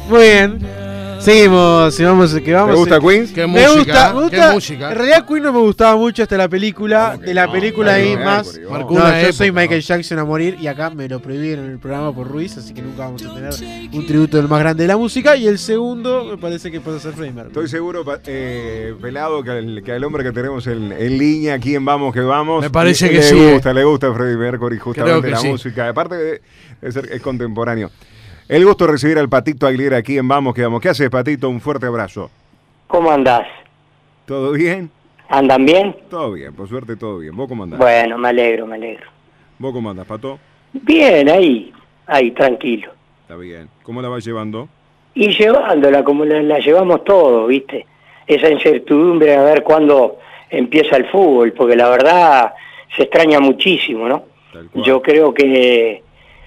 Muy bien. Seguimos, que vamos. ¿Te gusta Queen? ¿Qué música? Me gusta. ¿Qué música? En realidad Queen no me gustaba mucho hasta la película. De la película ahí más. Yo soy Michael Jackson a morir y acá me lo prohibieron en el programa por Ruiz, así que nunca vamos a tener un tributo del más grande de la música. Y el segundo me parece que puede ser Freddie Mercury. Estoy seguro, Pelado, que al hombre que tenemos en línea aquí en Vamos que Vamos. Me parece que le gusta Freddie Mercury, justamente la música. Aparte es contemporáneo. El gusto de recibir al Patito Aguilera aquí en Vamos que Vamos. ¿Qué haces, Patito? Un fuerte abrazo. ¿Cómo andás? ¿Todo bien? ¿Andan bien? Todo bien, por suerte todo bien. ¿Vos cómo andás? Bueno, me alegro. ¿Vos cómo andás, Pato? Bien, ahí, tranquilo. Está bien. ¿Cómo la vas llevando? Y llevándola como la llevamos todos, ¿viste? Esa incertidumbre a ver cuándo empieza el fútbol, porque la verdad se extraña muchísimo, ¿no? Yo creo que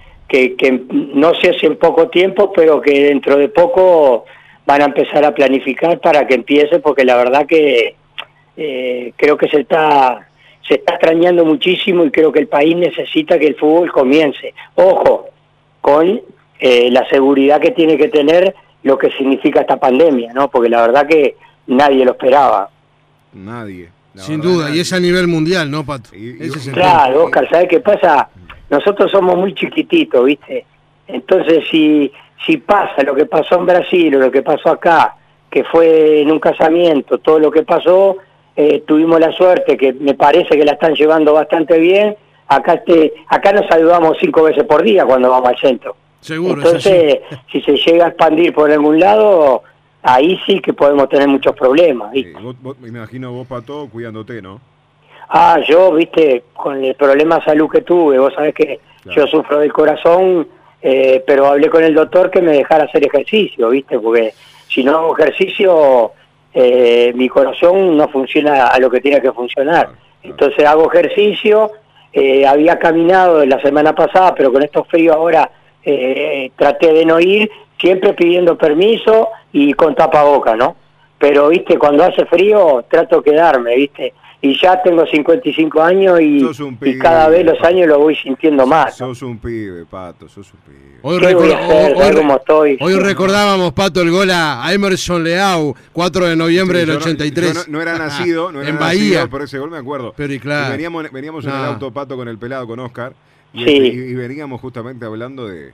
no sé si en poco tiempo, pero que dentro de poco van a empezar a planificar para que empiece, porque la verdad que creo que se está extrañando muchísimo y creo que el país necesita que el fútbol comience. Ojo, con la seguridad que tiene que tener lo que significa esta pandemia, ¿no? Porque la verdad que nadie lo esperaba. Nadie. Sin duda, y es a nivel mundial, ¿no, Pato? Claro, Oscar, ¿sabes qué pasa? Nosotros somos muy chiquititos, ¿viste? Entonces, si pasa lo que pasó en Brasil o lo que pasó acá, que fue en un casamiento, todo lo que pasó, tuvimos la suerte, que me parece que la están llevando bastante bien. Acá nos saludamos 5 veces por día cuando vamos al centro. Seguro. Entonces, si se llega a expandir por algún lado, ahí sí que podemos tener muchos problemas, ¿viste? Me imagino vos, Pato, cuidándote, ¿no? Yo, viste, con el problema de salud que tuve, vos sabés que yo sufro del corazón, pero hablé con el doctor que me dejara hacer ejercicio, viste, porque si no hago ejercicio, mi corazón no funciona a lo que tiene que funcionar. Entonces hago ejercicio, había caminado la semana pasada, pero con estos fríos ahora traté de no ir, siempre pidiendo permiso y con tapaboca, ¿no? Pero, viste, cuando hace frío trato de quedarme, viste. Y ya tengo 55 años y cada vez los años lo voy sintiendo más, ¿no? Sos un pibe, Pato, sos un pibe. Hoy recordábamos, Pato, el gol a Emerson Leao, 4 de noviembre del 83. Yo no era nacido, en Bahía. Por ese gol me acuerdo. Pero y claro. Veníamos en el auto, Pato, con el Pelado, con Oscar, y veníamos justamente hablando de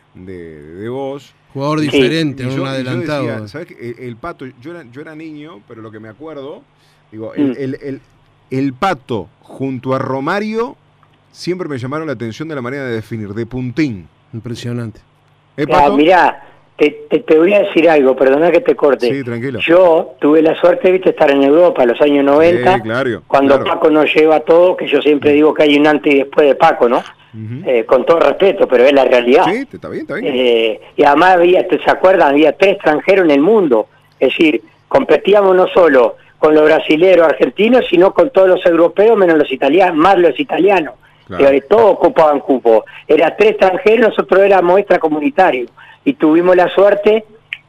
vos. Jugador diferente, un adelantado. Yo decía, ¿sabés qué? El Pato, yo era niño, pero lo que me acuerdo, digo, el Pato junto a Romario siempre me llamaron la atención de la manera de definir, de puntín. Impresionante. Mirá, te voy a decir algo, perdona que te corte. Sí, tranquilo. Yo tuve la suerte, viste, estar en Europa en los años 90, cuando Paco nos lleva todo, que yo siempre digo que hay un antes y después de Paco, ¿no? Con todo respeto, pero es la realidad. Sí, está bien. Y además ¿se acuerdan? Había 3 extranjeros en el mundo. Es decir, competíamos no solo con los brasileros, argentinos, sino con todos los europeos, menos los italianos, más los italianos. Claro. Todos ocupaban cupo. Era 3 extranjeros, nosotros éramos extracomunitarios. Y tuvimos la suerte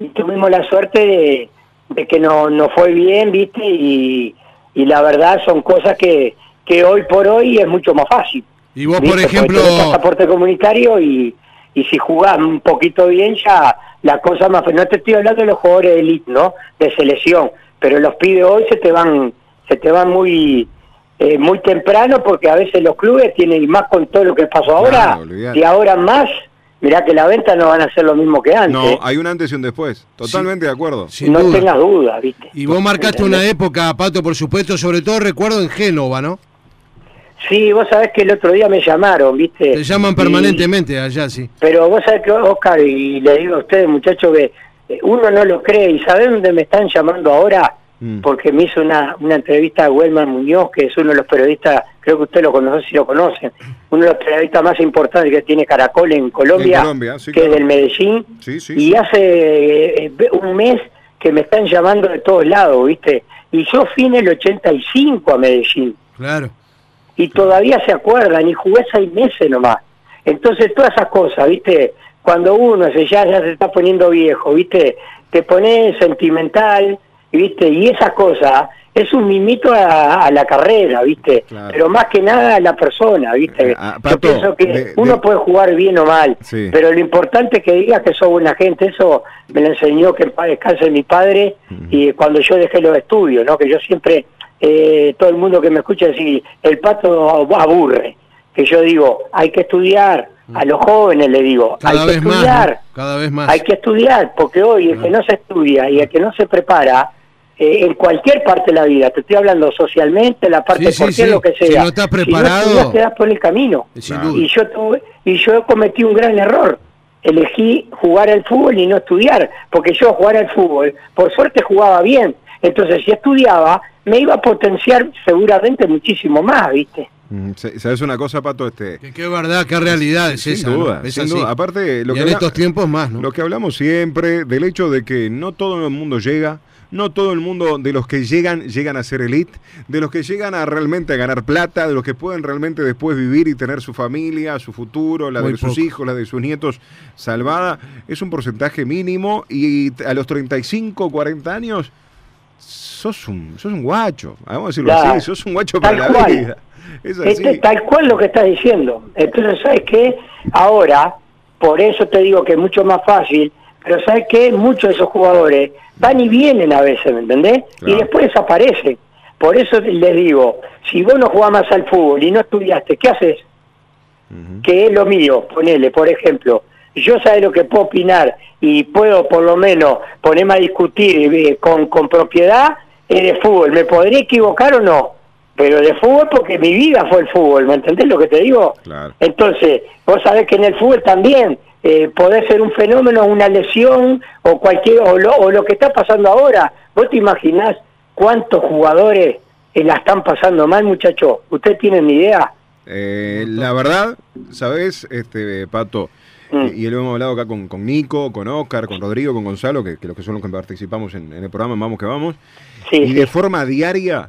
de que no fue bien, ¿viste? Y la verdad son cosas que hoy por hoy es mucho más fácil. Y vos, ¿viste? por ejemplo... Porque tenés pasaporte comunitario y si jugás un poquito bien ya la cosa más... No te estoy hablando de los jugadores de elite, ¿no? De selección. Pero los pibes hoy se te van muy temprano, porque a veces los clubes tienen, más con todo lo que pasó ahora, y ahora más, mirá que la venta no van a ser lo mismo que antes. No, hay un antes y un después, totalmente de acuerdo. No tengas dudas, ¿viste? Y vos marcaste una época, Pato, por supuesto, sobre todo recuerdo en Génova, ¿no? Sí, vos sabés que el otro día me llamaron, ¿viste? Te llaman permanentemente allá, sí. Pero vos sabés que, Oscar, y le digo a ustedes, muchachos, que uno no lo cree. ¿Y sabés dónde me están llamando ahora? Porque me hizo una entrevista a Welman Muñoz, que es uno de los periodistas, creo que usted lo conoce, si lo conocen, uno de los periodistas más importantes que tiene Caracol en Colombia, sí, que es del Medellín. Y hace un mes que me están llamando de todos lados, ¿viste? Y yo fui en el 85 a Medellín. Claro. Y todavía se acuerdan, y jugué 6 meses nomás. Entonces todas esas cosas, ¿viste? Cuando uno ya se está poniendo viejo, ¿viste? Te pones sentimental, ¿viste? Y esas cosas es un mimito a la carrera, ¿viste? Claro. Pero más que nada a la persona, ¿viste? Pato, yo pienso que uno puede jugar bien o mal, sí, pero lo importante es que digas que sos buena gente. Eso me lo enseñó, que en paz descanse mi padre, y cuando yo dejé los estudios, ¿no? Que yo siempre, todo el mundo que me escucha decir, el Pato aburre, que yo digo, hay que estudiar. A los jóvenes le digo, hay que estudiar, más, ¿no? Cada vez más. Hay que estudiar, porque hoy el que no se estudia y el que no se prepara, en cualquier parte de la vida, te estoy hablando socialmente, la parte deportiva, lo que sea. Si no estás preparado, si no te das por el camino. Y yo cometí un gran error. Elegí jugar al fútbol y no estudiar, porque yo jugar al fútbol, por suerte jugaba bien. Entonces, si estudiaba, me iba a potenciar seguramente muchísimo más, ¿viste? ¿Sabes una cosa, Pato? Qué verdad, qué realidad es esa. Sin duda, ¿no? Es sin así. duda. Aparte, en estos tiempos más, ¿no? Lo que hablamos siempre del hecho de que no todo el mundo llega, no todo el mundo de los que llegan a ser elite, de los que llegan a realmente a ganar plata, de los que pueden realmente después vivir y tener su familia, su futuro, la de sus hijos, la de sus nietos salvada, es un porcentaje mínimo, y a los 35, 40 años sos un guacho, vamos a decirlo así, sos un guacho para la vida. Es así. Tal cual lo que estás diciendo. Entonces, ¿sabes qué? Ahora, por eso te digo que es mucho más fácil, pero ¿sabes qué? Muchos de esos jugadores van y vienen a veces, ¿me entendés? Claro. Y después desaparecen. Por eso les digo, si vos no jugás más al fútbol y no estudiaste, ¿qué haces? Que es lo mío, ponele, por ejemplo, yo sé lo que puedo opinar y puedo por lo menos ponerme a discutir con propiedad de fútbol. ¿Me podré equivocar o no? Pero de fútbol, porque mi vida fue el fútbol, ¿me entendés lo que te digo? Claro. Entonces, vos sabés que en el fútbol también podés ser un fenómeno, una lesión, o lo que está pasando ahora. ¿Vos te imaginás cuántos jugadores la están pasando mal, muchachos? ¿Ustedes tienen ni idea? La verdad, ¿sabés, Pato? Y lo hemos hablado acá con Nico, con Oscar, con Rodrigo, con Gonzalo, que los que son los que participamos en el programa Vamos que Vamos. Y de forma diaria,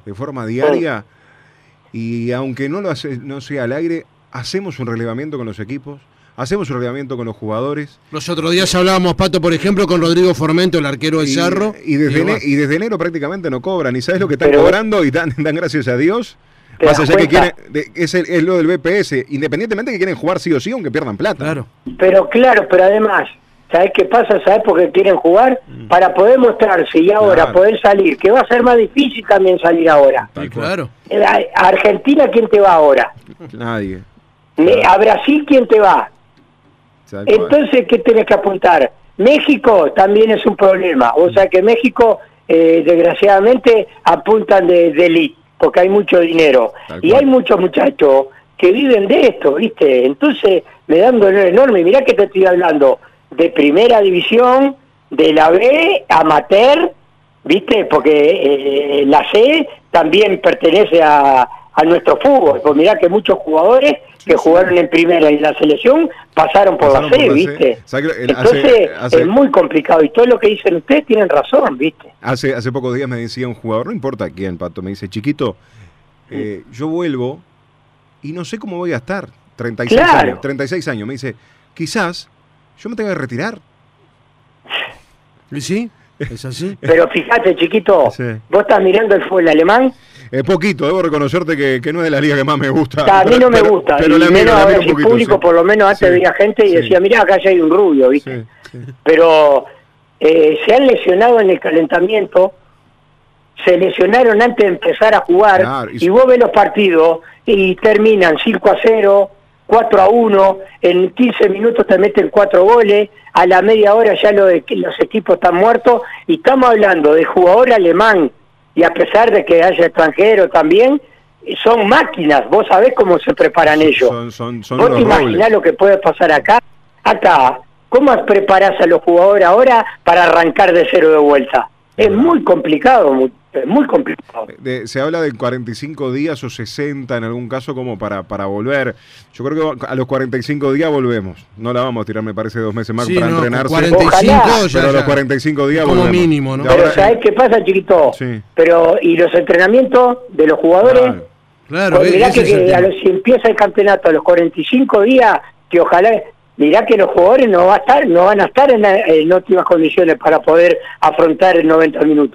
y aunque no sea al aire, hacemos un relevamiento con los equipos, hacemos un relevamiento con los jugadores. Los otros días hablábamos, Pato, por ejemplo, con Rodrigo Formento, el arquero de Cerro. Y desde enero prácticamente no cobran. ¿Y sabes lo que están cobrando? Y dan gracias a Dios. Más allá que quieren, es lo del BPS, independientemente que quieren jugar sí o sí, aunque pierdan plata. Claro. Pero además, ¿sabés qué pasa? ¿Sabés por qué quieren jugar? Para poder mostrarse y ahora poder salir, que va a ser más difícil también salir ahora. Claro. A Argentina, ¿quién te va ahora? Nadie. A Brasil, ¿quién te va? Entonces, ¿qué tenés que apuntar? México también es un problema. O sea que México, desgraciadamente, apuntan de elite, porque hay mucho dinero. Y hay muchos muchachos que viven de esto, ¿viste? Entonces, me dan dolor enorme. Mirá que te estoy hablando de primera división, de la B, amateur, ¿viste? Porque la C también pertenece a nuestro fútbol. Pues mirá que muchos jugadores que jugaron en primera y en la selección pasaron por la C, ¿viste? Entonces es muy complicado, y todo lo que dicen ustedes tienen razón, ¿viste? Hace pocos días me decía un jugador, no importa quién, Pato, me dice, chiquito, yo vuelvo y no sé cómo voy a estar, 36 años, me dice, quizás yo me tenga que retirar. ¿Y sí? ¿Es así? Pero fíjate, chiquito, vos estás mirando el fútbol alemán. Poquito, debo reconocerte que no es de la liga que más me gusta. A mí no me gusta, pero y menos a ver si público, por lo menos antes veía gente y decía, mirá, acá ya hay un rubio, ¿viste? Pero se han lesionado en el calentamiento, se lesionaron antes de empezar a jugar, y vos ves los partidos y terminan 5-0, 4-1, en 15 minutos te meten 4 goles, a la media hora ya los equipos están muertos, y estamos hablando de jugador alemán, y a pesar de que haya extranjeros también, son máquinas. Vos sabés cómo se preparan ellos. Vos te imaginás lo que puede pasar acá. ¿Cómo preparás a los jugadores ahora para arrancar de cero de vuelta? Es muy complicado, muy complicado. Se habla de 45 días o 60 en algún caso como para volver. Yo creo que a los 45 días volvemos. No la vamos a tirar, me parece, 2 meses más para entrenarse. 45 pero a los 45 días como volvemos. Mínimo, ¿no? Pero ¿sabés qué pasa, chiquito? Pero, ¿y los entrenamientos de los jugadores? Claro, pues mirá que si empieza el campeonato a los 45 días, que ojalá... Mirá que los jugadores no van a estar en óptimas condiciones para poder afrontar el 90 minutos,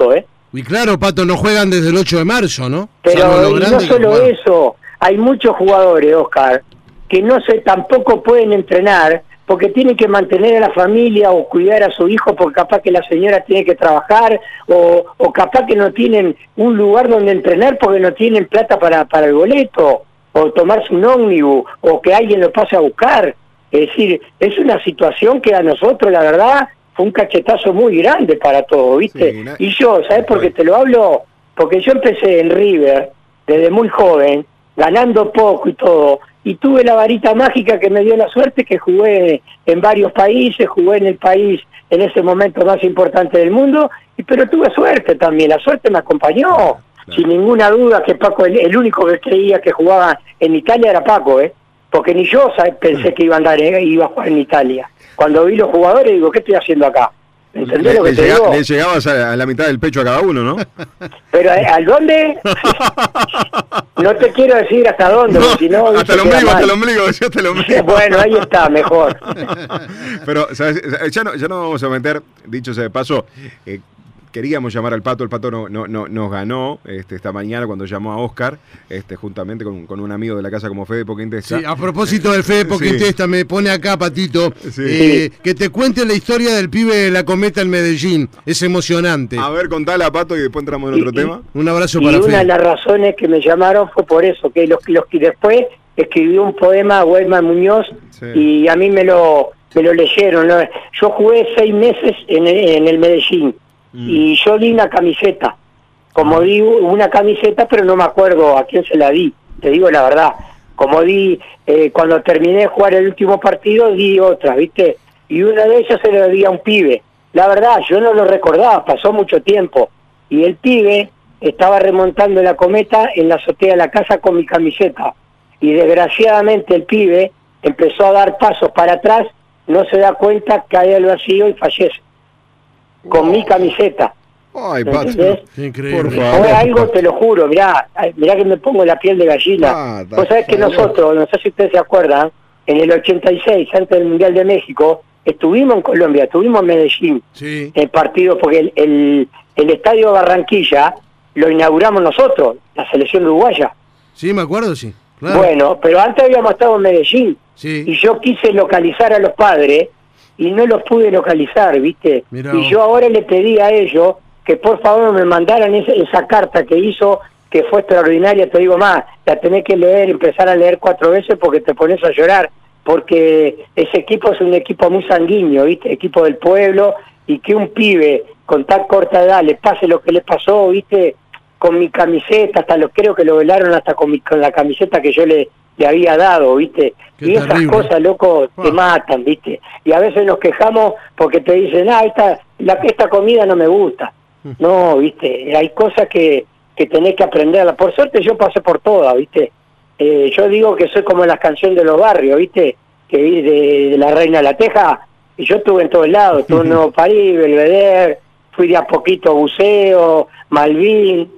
Y claro, Pato, no juegan desde el 8 de marzo, ¿no? Pero no solo eso, hay muchos jugadores, Oscar, que tampoco pueden entrenar porque tienen que mantener a la familia o cuidar a su hijo porque capaz que la señora tiene que trabajar o capaz que no tienen un lugar donde entrenar porque no tienen plata para el boleto o tomarse un ómnibus o que alguien lo pase a buscar. Es decir, es una situación que a nosotros, la verdad, fue un cachetazo muy grande para todo, ¿viste? Sí, y yo, ¿sabes por qué te lo hablo? Porque yo empecé en River desde muy joven, ganando poco y todo, y tuve la varita mágica que me dio la suerte que jugué en varios países, jugué en el país en ese momento más importante del mundo, pero tuve suerte también, la suerte me acompañó, claro. Sin ninguna duda que Paco, el único que creía que jugaba en Italia era Paco, porque ni yo pensé que iba a jugar en Italia. Cuando vi los jugadores digo, ¿qué estoy haciendo acá? ¿Entendés lo que te digo? Le llegabas a la mitad del pecho a cada uno, ¿no? Pero ¿al dónde? No te quiero decir hasta dónde, porque si no... hasta el ombligo, decía hasta el ombligo. Bueno, ahí está, mejor. Pero, ¿sabes? Ya no vamos a meter, dicho sea de paso, queríamos llamar al Pato, el Pato nos ganó esta mañana cuando llamó a Oscar, juntamente con un amigo de la casa como Fede Poquintesta. Sí, a propósito del Fede Poquintesta, sí. Me pone acá, Patito, sí. Que te cuente la historia del pibe de la Cometa en Medellín, es emocionante. A ver, contala, Pato, y después entramos en otro tema. Un abrazo para Fede. Y una de las razones que me llamaron fue por eso, que los que después escribió un poema a Weimar Muñoz, sí. Y a mí me lo leyeron, ¿no? Yo jugué 6 meses en el Medellín. Y yo di una camiseta, como di una camiseta, pero no me acuerdo a quién se la di, te digo la verdad. Como di, cuando terminé de jugar el último partido, di otra, ¿viste? Y una de ellas se la di a un pibe. La verdad, yo no lo recordaba, pasó mucho tiempo. Y el pibe estaba remontando la Cometa en la azotea de la casa con mi camiseta. Y desgraciadamente el pibe empezó a dar pasos para atrás, no se da cuenta, cae al vacío y fallece. Con mi camiseta. Ay, Pato, increíble. Fue algo, te lo juro, mirá que me pongo la piel de gallina. Vos sabés que nosotros, no sé si ustedes se acuerdan, en el 86, antes del Mundial de México, estuvimos en Colombia, estuvimos en Medellín, sí. El partido, porque el estadio Barranquilla lo inauguramos nosotros, la selección uruguaya. Sí, me acuerdo, sí. Claro. Bueno, pero antes habíamos estado en Medellín, sí. Y yo quise localizar a los padres, y no los pude localizar, ¿viste? Mirá. Y yo ahora le pedí a ellos que por favor me mandaran esa carta que hizo, que fue extraordinaria, te digo más, la tenés que leer, empezar a leer 4 veces porque te pones a llorar, porque ese equipo es un equipo muy sanguíneo, ¿viste? Equipo del pueblo, y que un pibe con tan corta edad le pase lo que le pasó, ¿viste? Con mi camiseta, creo que lo velaron hasta con la camiseta que yo le había dado, ¿viste? Qué y esas terrible. cosas, loco, te matan, ¿viste? Y a veces nos quejamos porque te dicen, esta comida no me gusta. No, ¿viste? Hay cosas que tenés que aprenderlas. Por suerte yo pasé por todas, ¿viste? Yo digo que soy como las canciones de los barrios, ¿viste? Que vi de La Reina de la Teja, y yo estuve en todos lados, estuve en Nuevo París, Belvedere, fui de a poquito a Buceo, Malvin,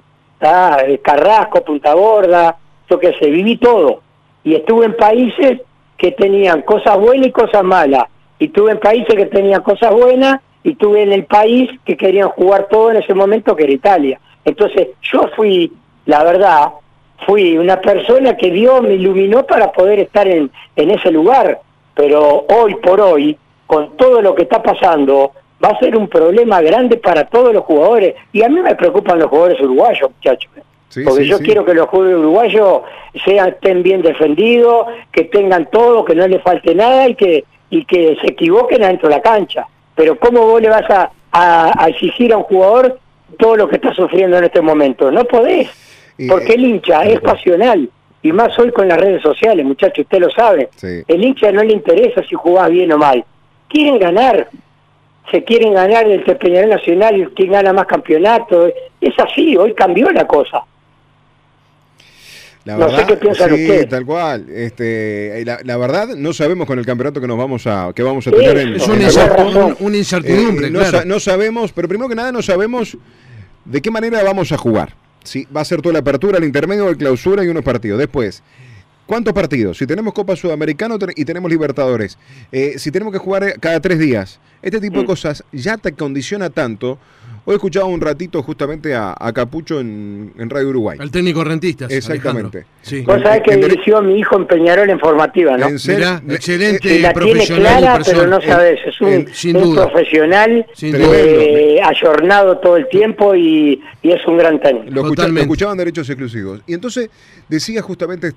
Carrasco, Punta Gorda, yo qué sé, viví todo. Y estuve en países que tenían cosas buenas y cosas malas. Y estuve en países que tenían cosas buenas y estuve en el país que querían jugar todo en ese momento, que era Italia. Entonces yo la verdad, fui una persona que Dios me iluminó para poder estar en ese lugar. Pero hoy por hoy, con todo lo que está pasando, va a ser un problema grande para todos los jugadores. Y a mí me preocupan los jugadores uruguayos, muchachos. Sí, porque sí, yo quiero que los jugadores uruguayos estén bien defendidos, que tengan todo, que no les falte nada y que se equivoquen adentro de la cancha. Pero ¿cómo vos le vas a exigir a un jugador todo lo que está sufriendo en este momento? No podés, porque el hincha es pasional, y más hoy con las redes sociales, muchachos, usted lo sabe. Sí. El hincha no le interesa si jugás bien o mal, quieren ganar. Se quieren ganar el Peñarol Nacional y quien gana más campeonatos. Es así, hoy cambió la cosa. La verdad, no sé qué piensan ustedes. Tal cual. La verdad, no sabemos con el campeonato que vamos a tener es una incertidumbre, claro. No sabemos, pero primero que nada no sabemos de qué manera vamos a jugar. ¿Sí? Va a ser toda la apertura, el intermedio, el clausura y unos partidos. Después, ¿cuántos partidos? Si tenemos Copa Sudamericana y tenemos Libertadores, si tenemos que jugar cada 3 días, este tipo de cosas ya te condiciona tanto. Hoy escuchaba un ratito justamente a Capucho en Radio Uruguay. El técnico Rentistas. Exactamente. Sí. Vos sabés que dirigió mi hijo en Peñarol en formativa, ¿no? Mirá, excelente la profesional. Tiene clara, pero no sabés, es un profesional ayornado todo el tiempo y es un gran técnico. Lo escuchaban derechos exclusivos. Y entonces decía justamente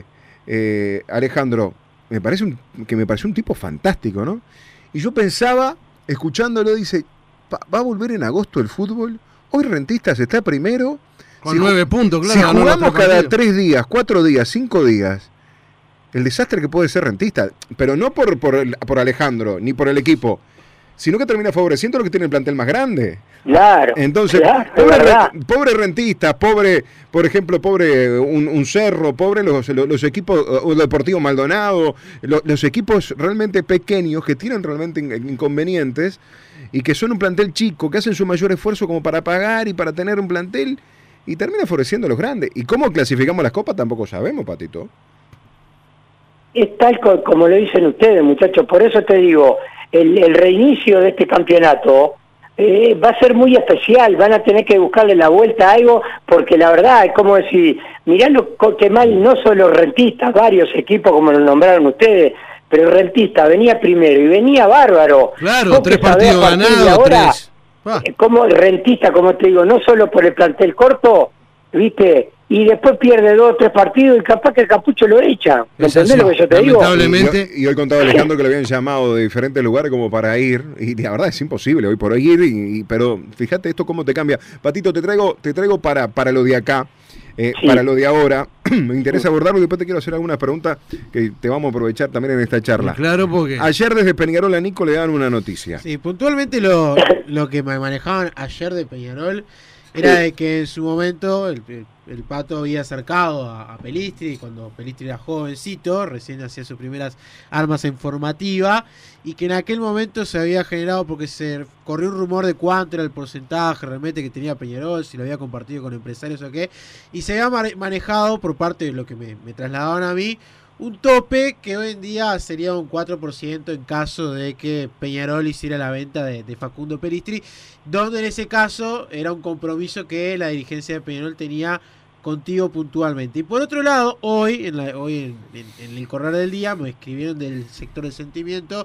Alejandro, me pareció un tipo fantástico, ¿no? Y yo pensaba, escuchándolo, dice, ¿va a volver en agosto el fútbol? Hoy Rentistas está primero. Con 9 puntos, claro. Si jugamos cada 3 días, 4 días, 5 días, el desastre que puede ser Rentistas, pero no por Alejandro, ni por el equipo, sino que termina favoreciendo lo que tiene el plantel más grande. Claro. Entonces, pobre Rentistas, pobre, por ejemplo, pobre un Cerro, pobre los equipos, o Deportivo Maldonado, los equipos realmente pequeños que tienen realmente inconvenientes y que son un plantel chico, que hacen su mayor esfuerzo como para pagar y para tener un plantel y termina favoreciendo a los grandes. ¿Y cómo clasificamos las copas? Tampoco sabemos, Patito. Es tal como lo dicen ustedes, muchachos. Por eso te digo, el reinicio de este campeonato va a ser muy especial. Van a tener que buscarle la vuelta a algo, porque la verdad es como decir, mirá que mal, no solo Rentistas, varios equipos como lo nombraron ustedes, pero Rentistas venía primero y venía bárbaro. Claro, 3 partidos ganados, 3. Como Rentistas, como te digo, no solo por el plantel corto, ¿viste? Y después pierde 2 o 3 partidos y capaz que el Capucho lo echa. ¿Me entendés lo que yo te digo? Y hoy contaba Alejandro que le habían llamado de diferentes lugares como para ir, y la verdad es imposible hoy por hoy ir, pero fíjate esto cómo te cambia. Patito, te traigo para lo de acá, para lo de ahora. Me interesa abordarlo y después te quiero hacer algunas preguntas que te vamos a aprovechar también en esta charla. Claro, porque ayer desde Peñarol a Nico le dan una noticia. Sí, puntualmente lo que me manejaban ayer de Peñarol era de que en su momento el Pato había acercado a Pelistri cuando Pelistri era jovencito, recién hacía sus primeras armas en formativa, y que en aquel momento se había generado, porque se corrió un rumor de cuánto era el porcentaje realmente que tenía Peñarol, si lo había compartido con empresarios o qué, y se había manejado por parte de lo que me trasladaban a mí, un tope que hoy en día sería un 4% en caso de que Peñarol hiciera la venta de Facundo Pelistri, donde en ese caso era un compromiso que la dirigencia de Peñarol tenía contigo puntualmente. Y por otro lado, hoy en el correr del día me escribieron del sector del sentimiento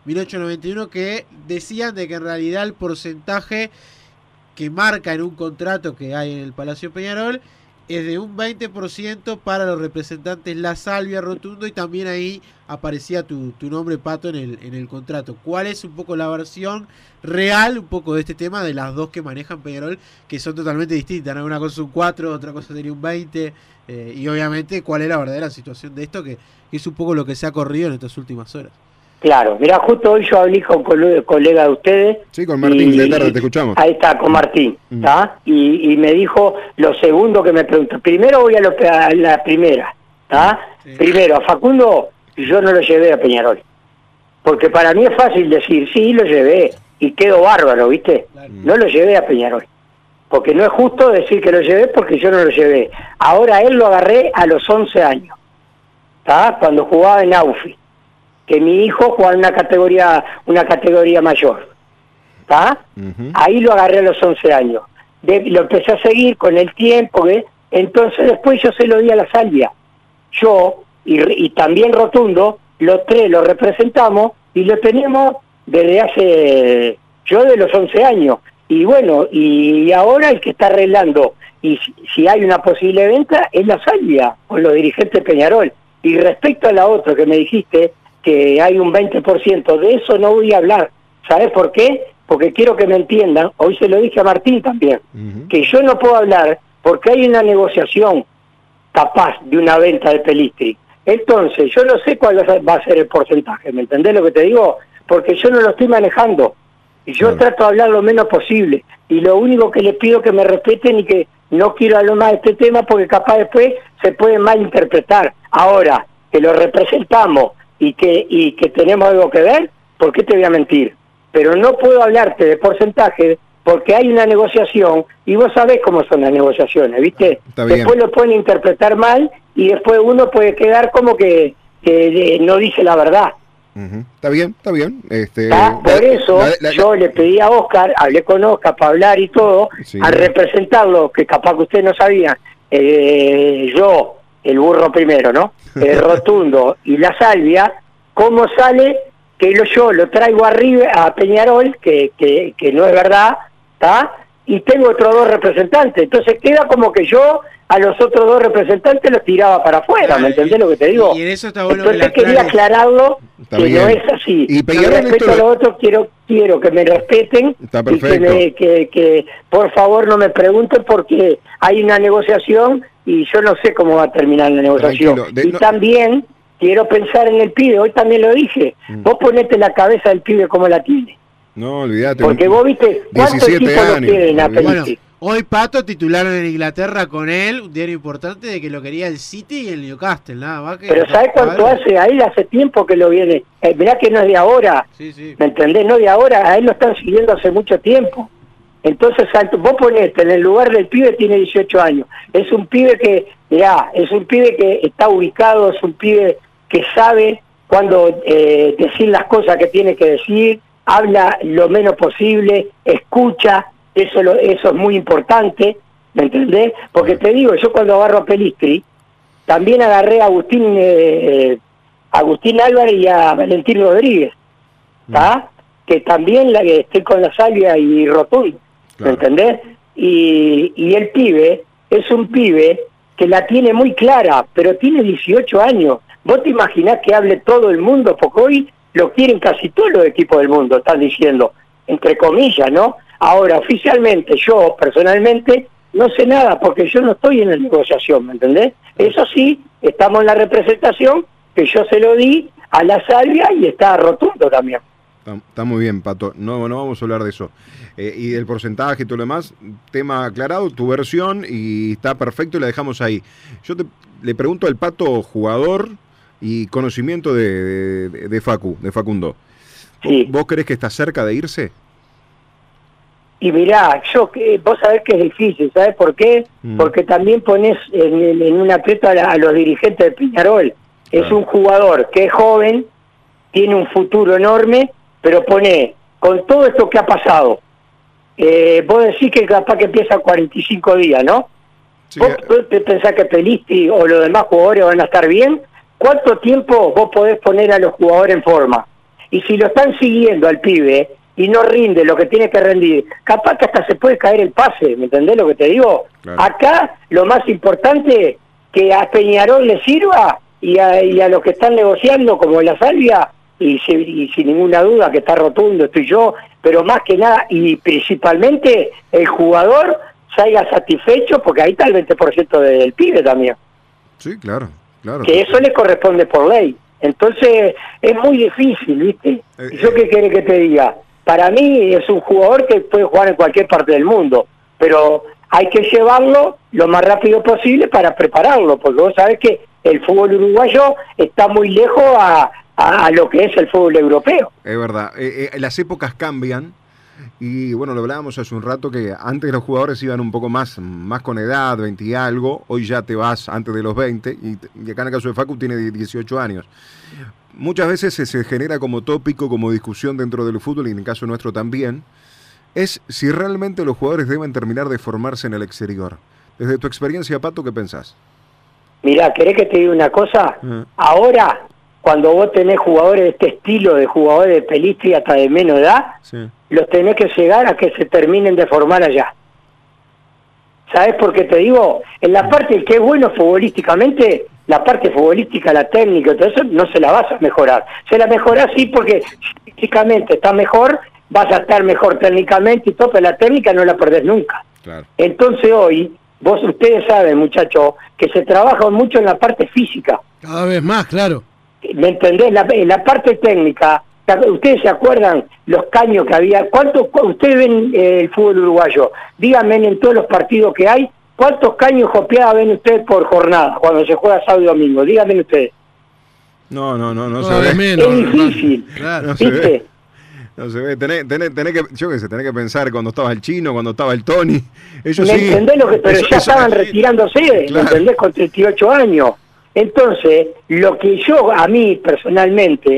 1891 que decían de que en realidad el porcentaje que marca en un contrato que hay en el Palacio Peñarol es de un 20% para los representantes La Salvia, Rotundo, y también ahí aparecía tu nombre, Pato, en el contrato. ¿Cuál es un poco la versión real un poco de este tema de las dos que manejan Peñarol, que son totalmente distintas, ¿no? Una cosa es un 4, otra cosa sería un 20, y obviamente cuál es la verdadera situación de esto, que es un poco lo que se ha corrido en estas últimas horas? Claro, mirá, justo hoy yo hablé con un colega de ustedes. Sí, con Martín, de tarde te escuchamos. Ahí está, con Martín, ¿está? Y me dijo lo segundo que me preguntó. Primero voy a la primera, ¿está? Sí. Primero, a Facundo yo no lo llevé a Peñarol. Porque para mí es fácil decir, sí, lo llevé, y quedo bárbaro, ¿viste? Claro. No lo llevé a Peñarol. Porque no es justo decir que lo llevé porque yo no lo llevé. Ahora él lo agarré a los 11 años, ¿está? Cuando jugaba en Aufi. Que mi hijo jugaba en una categoría mayor, ¿está? Ahí lo agarré a los 11 años. Lo empecé a seguir con el tiempo, entonces después yo se lo di a La Salvia. Yo, y también Rotundo, los tres lo representamos y lo tenemos desde hace, yo de los 11 años. Y bueno, y ahora el que está arreglando, y si hay una posible venta, es La Salvia, con los dirigentes de Peñarol. Y respecto a la otra que me dijiste, que hay un 20%, de eso no voy a hablar. ¿Sabes por qué? Porque quiero que me entiendan, hoy se lo dije a Martín también, que yo no puedo hablar porque hay una negociación capaz de una venta de Pelistri. Entonces, yo no sé cuál va a ser el porcentaje, ¿me entendés lo que te digo? Porque yo no lo estoy manejando, y yo trato de hablar lo menos posible, y lo único que les pido es que me respeten y que no quiero hablar más de este tema porque capaz después se puede malinterpretar. Ahora, que lo representamos, y que tenemos algo que ver, ¿por qué te voy a mentir? Pero no puedo hablarte de porcentaje porque hay una negociación y vos sabés cómo son las negociaciones, ¿viste? Después lo pueden interpretar mal y después uno puede quedar como que no dice la verdad. Está bien. Por eso yo le pedí a Oscar, hablé con Oscar para hablar y todo, al representarlo, que capaz que usted no sabía, yo, el burro primero, ¿no? Rotundo y la Salvia, ¿cómo sale que yo lo traigo arriba a Peñarol, que no es verdad, ¿está? Y tengo otros 2 representantes, entonces queda como que yo a los otros 2 representantes los tiraba para afuera, ¿me entendés lo que te digo? Y en eso está bueno. Entonces quería aclararlo, que no es así. Y con respecto a los otros, quiero que me respeten y que por favor no me pregunten, porque hay una negociación y yo no sé cómo va a terminar la negociación. También quiero pensar en el pibe, hoy también lo dije, vos ponete la cabeza del pibe como la tiene. No, olvídate. Porque vos viste cuántos equipos lo quieren a Pelistri. Hoy Pato titularon en Inglaterra con él, un diario importante, de que lo quería el City y el Newcastle, nada más que... Pero ¿sabés cuánto hace? A él hace tiempo que lo viene. Mirá que no es de ahora, ¿me entendés? No de ahora, a él lo están siguiendo hace mucho tiempo. Entonces, vos ponete en el lugar del pibe, tiene 18 años. Es un pibe que, es un pibe que está ubicado, es un pibe que sabe cuándo decir las cosas que tiene que decir, habla lo menos posible, escucha. Eso es muy importante, ¿me entendés? Porque te digo, yo cuando agarro a Pelistri, también agarré a Agustín Álvarez y a Valentín Rodríguez, ¿está? Que también estoy con la Salvia y Rotundo, ¿me entendés? Y el pibe es un pibe que la tiene muy clara, pero tiene 18 años. ¿Vos te imaginás que hable todo el mundo? Porque hoy lo quieren casi todos los equipos del mundo, están diciendo, entre comillas, ¿no? Ahora, oficialmente, yo personalmente no sé nada, porque yo no estoy en la negociación, ¿me entendés? Eso sí, estamos en la representación, que yo se lo di a la Salvia y está Rotundo también. Está muy bien, Pato. No vamos a hablar de eso. Y del porcentaje y todo lo demás, tema aclarado, tu versión, y está perfecto y la dejamos ahí. Yo le pregunto al Pato, jugador y conocimiento de Facundo. Sí. ¿Vos creés que está cerca de irse? Y mirá, vos sabés que es difícil, ¿sabés por qué? Porque también pones en un aprieto a los dirigentes de Peñarol. Es un jugador que es joven, tiene un futuro enorme, pero con todo esto que ha pasado, vos decís que capaz que empieza 45 días, ¿no? Sí. ¿Vos pensás que Pelistri o los demás jugadores van a estar bien? ¿Cuánto tiempo vos podés poner a los jugadores en forma? Y si lo están siguiendo al pibe y no rinde lo que tiene que rendir, capaz que hasta se puede caer el pase, ¿me entendés lo que te digo? Claro. Acá lo más importante, que a Peñarol le sirva y a los que están negociando, como la Salvia, y sin ninguna duda que está Rotundo, estoy yo, pero más que nada, y principalmente el jugador salga satisfecho, porque ahí está el 20% del pibe también. Sí, claro. Que eso le corresponde por ley. Entonces es muy difícil, ¿viste? ¿Yo qué querés que te diga? Para mí es un jugador que puede jugar en cualquier parte del mundo, pero hay que llevarlo lo más rápido posible para prepararlo, porque vos sabés que el fútbol uruguayo está muy lejos a lo que es el fútbol europeo. Es verdad, las épocas cambian, y bueno, lo hablábamos hace un rato, que antes los jugadores iban un poco más con edad, 20 y algo, hoy ya te vas antes de los 20, y acá en el caso de Facu tiene 18 años. Muchas veces se genera como tópico, como discusión dentro del fútbol, y en el caso nuestro también, es si realmente los jugadores deben terminar de formarse en el exterior. Desde tu experiencia, Pato, ¿qué pensás? Mirá, ¿querés que te diga una cosa? Ahora, cuando vos tenés jugadores de este estilo, de jugadores de Pelistri hasta de menos edad, los tenés que llegar a que se terminen de formar allá. ¿Sabés por qué te digo? En la parte que es bueno futbolísticamente, la parte futbolística, la técnica y todo eso, no se la vas a mejorar. Se la mejorás sí, porque físicamente está mejor, vas a estar mejor técnicamente y todo, pero la técnica no la perdés nunca. Claro. Entonces hoy, ustedes saben, muchachos, que se trabaja mucho en la parte física. Cada vez más, claro. ¿Me entendés? La parte técnica, ¿ustedes se acuerdan los caños que había? ¿Cuántos ustedes ven el fútbol uruguayo? Díganme en todos los partidos que hay, ¿cuántos caños copiados ven ustedes por jornada cuando se juega sábado y domingo? Díganme ustedes. No se ve. Menos, es difícil, claro, no ¿viste? Se ve. No se ve, tenés que, yo qué sé, tenés que pensar cuando estaba el Chino, cuando estaba el Tony. Ellos ¿Me entendés lo que? Pero ya estaban retirándose, claro. ¿Me entendés? Con 38 años. Entonces, lo que a mí personalmente,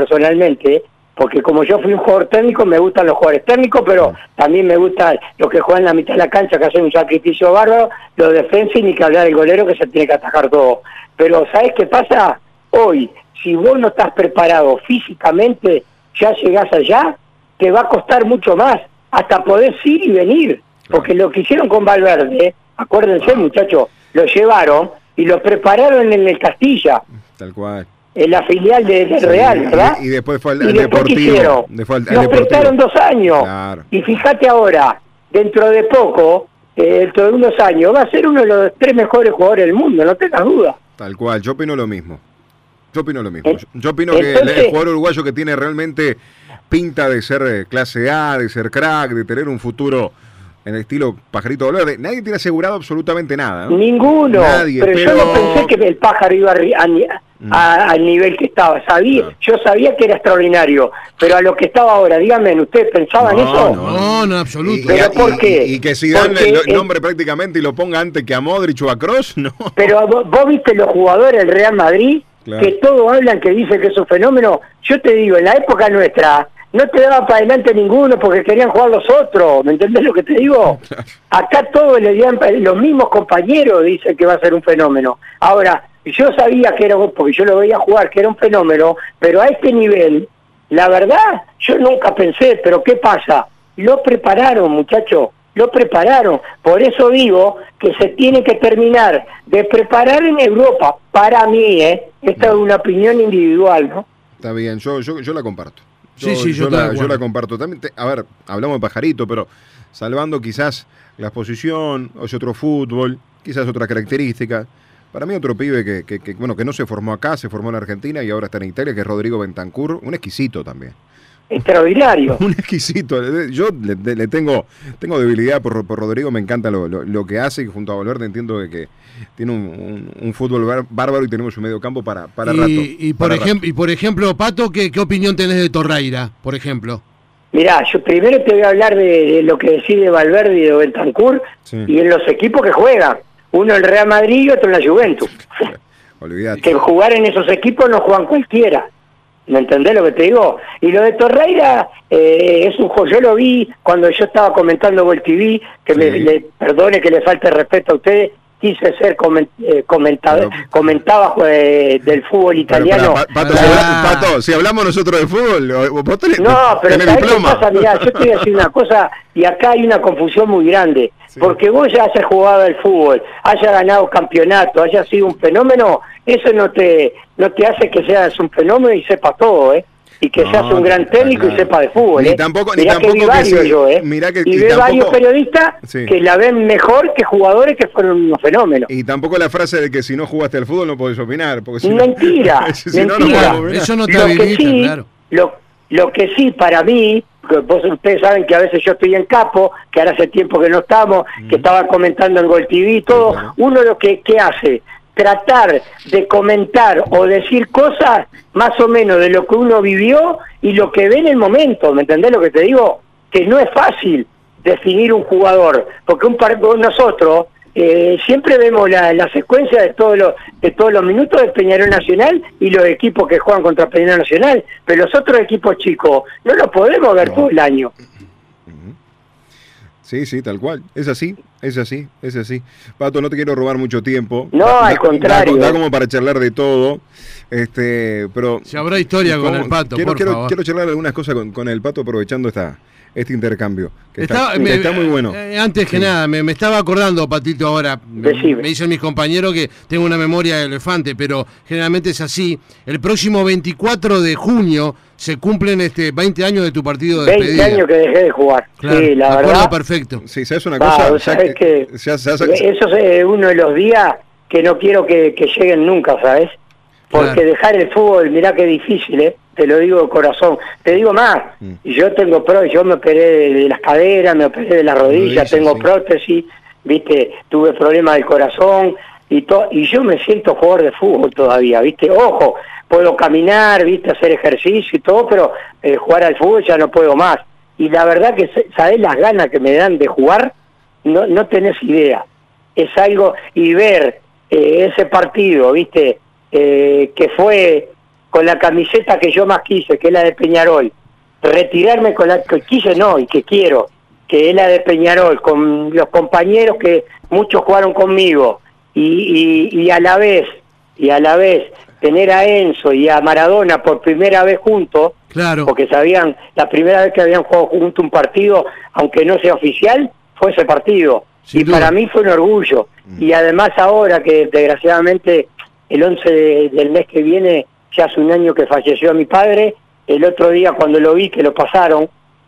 porque como yo fui un jugador técnico, me gustan los jugadores técnicos, pero también me gustan los que juegan en la mitad de la cancha, que hacen un sacrificio bárbaro, los defensas, y ni que hablar del golero, que se tiene que atajar todo. Pero ¿sabés qué pasa? Hoy, si vos no estás preparado físicamente, ya llegás allá, te va a costar mucho más, hasta podés ir y venir. Porque lo que hicieron con Valverde, acuérdense, muchachos, lo llevaron y lo prepararon en el Castilla. Tal cual. En la filial del Real, ¿verdad? Y después fue al Deportivo. Nos prestaron 2 años. Claro. Y fíjate ahora, dentro de poco, dentro de unos años, va a ser uno de los 3 mejores jugadores del mundo, no tengas duda. Tal cual, yo opino lo mismo. Yo opino que el jugador uruguayo que tiene realmente pinta de ser clase A, de ser crack, de tener un futuro en el estilo Pajarito Valverde. Nadie tiene asegurado absolutamente nada, ¿no? Ninguno. Nadie, pero yo no pensé que el Pájaro iba al nivel que estaba. Yo sabía que era extraordinario, pero a lo que estaba ahora, díganme, ¿ustedes pensaban eso? No, absoluto. ¿Pero por qué? Y que si dan el nombre prácticamente y lo ponga antes que a Modric o a Kroos, no. Pero vos viste los jugadores del Real Madrid, claro, que todos hablan, que dicen que es un fenómeno. Yo te digo, en la época nuestra no te daba para adelante ninguno porque querían jugar los otros, ¿me entendés lo que te digo? Acá todos le digan, los mismos compañeros dicen que va a ser un fenómeno. Ahora, yo sabía que era, porque yo lo veía jugar, que era un fenómeno, pero a este nivel, la verdad, yo nunca pensé, pero ¿qué pasa? Lo prepararon, muchachos, lo prepararon. Por eso digo que se tiene que terminar de preparar en Europa, para mí, esta es una opinión individual, ¿no? Está bien, yo la comparto. Yo la comparto. También a ver, hablamos de Pajarito, pero salvando quizás la exposición, o sea, otro fútbol, quizás otras características. Para mí otro pibe que no se formó acá, se formó en Argentina y ahora está en Italia, que es Rodrigo Bentancur, un exquisito también. Extraordinario. Un exquisito. Yo le tengo debilidad por Rodrigo, me encanta lo que hace, y junto a Valverde entiendo que tiene un fútbol bárbaro y tenemos un medio campo para rato. Y por ejemplo, Pato, ¿qué opinión tenés de Torreira, por ejemplo? Mirá, yo primero te voy a hablar de lo que decide Valverde y de Bentancur, sí, y en los equipos que juegan. Uno en el Real Madrid y otro en la Juventus. Olvídate. Que jugar en esos equipos no juegan cualquiera. ¿Me entendés lo que te digo? Y lo de Torreira es un juego. Yo lo vi cuando yo estaba comentando Gol TV, que sí, perdone que le falte respeto a ustedes, quise ser comentaba del fútbol italiano. Pato, si hablamos nosotros de fútbol, vos tenés, no, pero tenés ¿sabés qué pasa? Mirá, yo te voy a decir una cosa, y acá hay una confusión muy grande, sí, porque vos ya hayas jugado al fútbol, hayas ganado campeonato, hayas sido un fenómeno, eso no te hace que seas un fenómeno y sepas todo, y que seas un gran técnico y sepa de fútbol. Ni tampoco vi varios periodistas, sí, que la ven mejor que jugadores que fueron unos fenómenos. Y tampoco la frase de que si no jugaste al fútbol no podés opinar. Porque si mentira, mentira. Eso no te habilita, claro. Lo que sí, para mí, ustedes saben que a veces yo estoy en Capo, que ahora hace tiempo que no estamos, que estaba comentando en Gol TV y todo, uno lo que hace, tratar de comentar o decir cosas más o menos de lo que uno vivió y lo que ve en el momento, ¿me entendés lo que te digo? Que no es fácil definir un jugador, porque nosotros siempre vemos la secuencia de todos los minutos de Peñarol Nacional y los equipos que juegan contra Peñarol Nacional, pero los otros equipos chicos no los podemos ver todo el año. Sí, tal cual. Es así. Pato, no te quiero robar mucho tiempo. No, al contrario. Da como para charlar de todo. Pero si habrá historia con el Pato, por favor. Quiero charlar algunas cosas con el Pato aprovechando este intercambio. Que está muy bueno. Antes que nada, me estaba acordando, Patito, ahora. Me dicen mis compañeros que tengo una memoria de elefante, pero generalmente es así. El próximo 24 de junio se cumplen 20 años de tu partido de despedida. 20 años que dejé de jugar. Claro, sí, la verdad. Perfecto. Sí, ¿sabes una cosa? ¿Sabes que eso es uno de los días que no quiero que lleguen nunca, ¿sabes? Porque dejar el fútbol, mirá qué difícil, te lo digo de corazón. Te digo más, yo me operé de las caderas, me operé de las rodillas, tengo prótesis, viste, tuve problemas del corazón y yo me siento jugador de fútbol todavía, viste, ojo, puedo caminar, viste, hacer ejercicio y todo, pero jugar al fútbol ya no puedo más. Y la verdad que, ¿sabés las ganas que me dan de jugar? No tenés idea. Es algo, y ver ese partido, viste, que fue con la camiseta que yo más quise, que es la de Peñarol, retirarme con la que quise, no, y que quiero, que es la de Peñarol, con los compañeros que muchos jugaron conmigo, y a la vez tener a Enzo y a Maradona por primera vez juntos, claro, porque sabían, la primera vez que habían jugado juntos un partido, aunque no sea oficial, fue ese partido. Sin y duda. para mí fue un orgullo. Y además ahora que desgraciadamente el 11 del mes que viene, ya hace un año que falleció mi padre, el otro día cuando lo vi que lo pasaron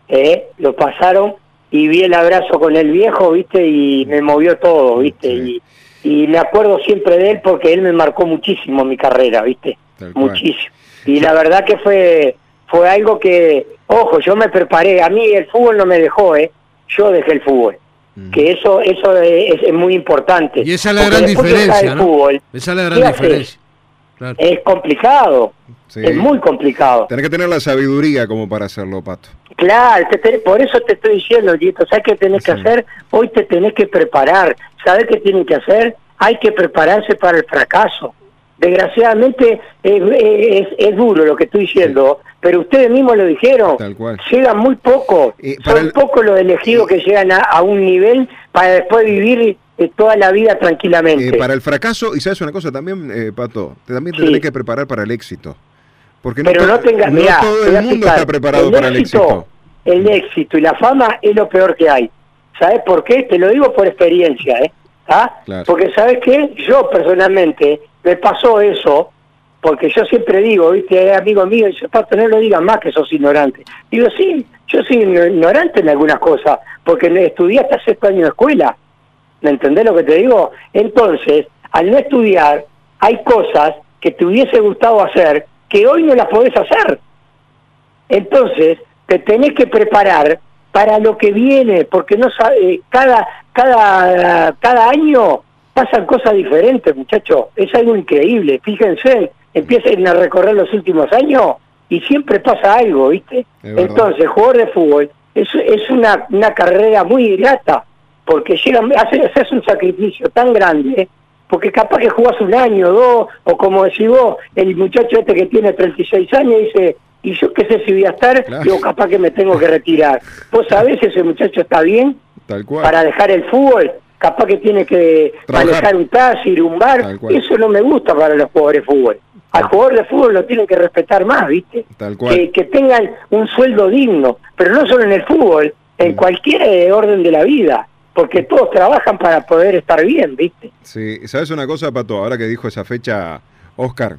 y vi el abrazo con el viejo, ¿viste? Y me movió todo, ¿viste? Sí. Y me acuerdo siempre de él porque él me marcó muchísimo mi carrera, ¿viste? Muchísimo. Y la verdad que fue algo que, ojo, yo me preparé, a mí el fútbol no me dejó, yo dejé el fútbol. Que eso es muy importante. Y esa es la gran diferencia, ¿no? Fútbol, esa es la gran diferencia. Claro. Es complicado, Sí. es muy complicado. Tenés que tener la sabiduría como para hacerlo, Pato. Claro, por eso te estoy diciendo, Dieto, ¿sabes qué tenés que hacer? Hoy te tenés que preparar. ¿Sabes qué tienen que hacer? Hay que prepararse para el fracaso. Desgraciadamente es duro lo que estoy diciendo, pero ustedes mismos lo dijeron. Tal cual. Llegan muy pocos. Son pocos los elegidos que llegan a un nivel para después vivir toda la vida tranquilamente. Para el fracaso, y sabes una cosa también, Pato, también te tenés que preparar para el éxito. Porque no, pero no todo el mundo está preparado para el éxito. El éxito y la fama es lo peor que hay. ¿Sabes por qué? Te lo digo por experiencia, ¿Ah? Claro. Porque ¿sabes qué? Yo personalmente me pasó eso, porque yo siempre digo, ¿viste? Amigo mío, dice, Pato, no lo digas más que sos ignorante. Digo, sí, yo soy ignorante en algunas cosas, porque estudié hasta 6º año de escuela. ¿Me entendés lo que te digo? Entonces, al no estudiar, hay cosas que te hubiese gustado hacer que hoy no las podés hacer. Entonces, te tenés que preparar para lo que viene, porque no sabe, cada año pasan cosas diferentes, muchachos. Es algo increíble. Fíjense, empiecen a recorrer los últimos años y siempre pasa algo, ¿viste? Entonces, jugador de fútbol es una carrera muy grata, porque haces un sacrificio tan grande, porque capaz que jugás un año, 2, o como decís vos, el muchacho este que tiene 36 años dice, y yo qué sé si voy a estar, claro. Digo, capaz que me tengo que retirar. Vos sabés si ese muchacho está bien. Tal cual. Para dejar el fútbol, capaz que tiene que manejar un taxi, ir a un bar. Eso no me gusta para los jugadores de fútbol. Al jugador de fútbol lo tienen que respetar más, ¿viste? Tal cual. Que tengan un sueldo digno, pero no solo en el fútbol, en cualquier orden de la vida, porque todos trabajan para poder estar bien, ¿viste? Sí, ¿sabes una cosa, Pato? Ahora que dijo esa fecha, Oscar,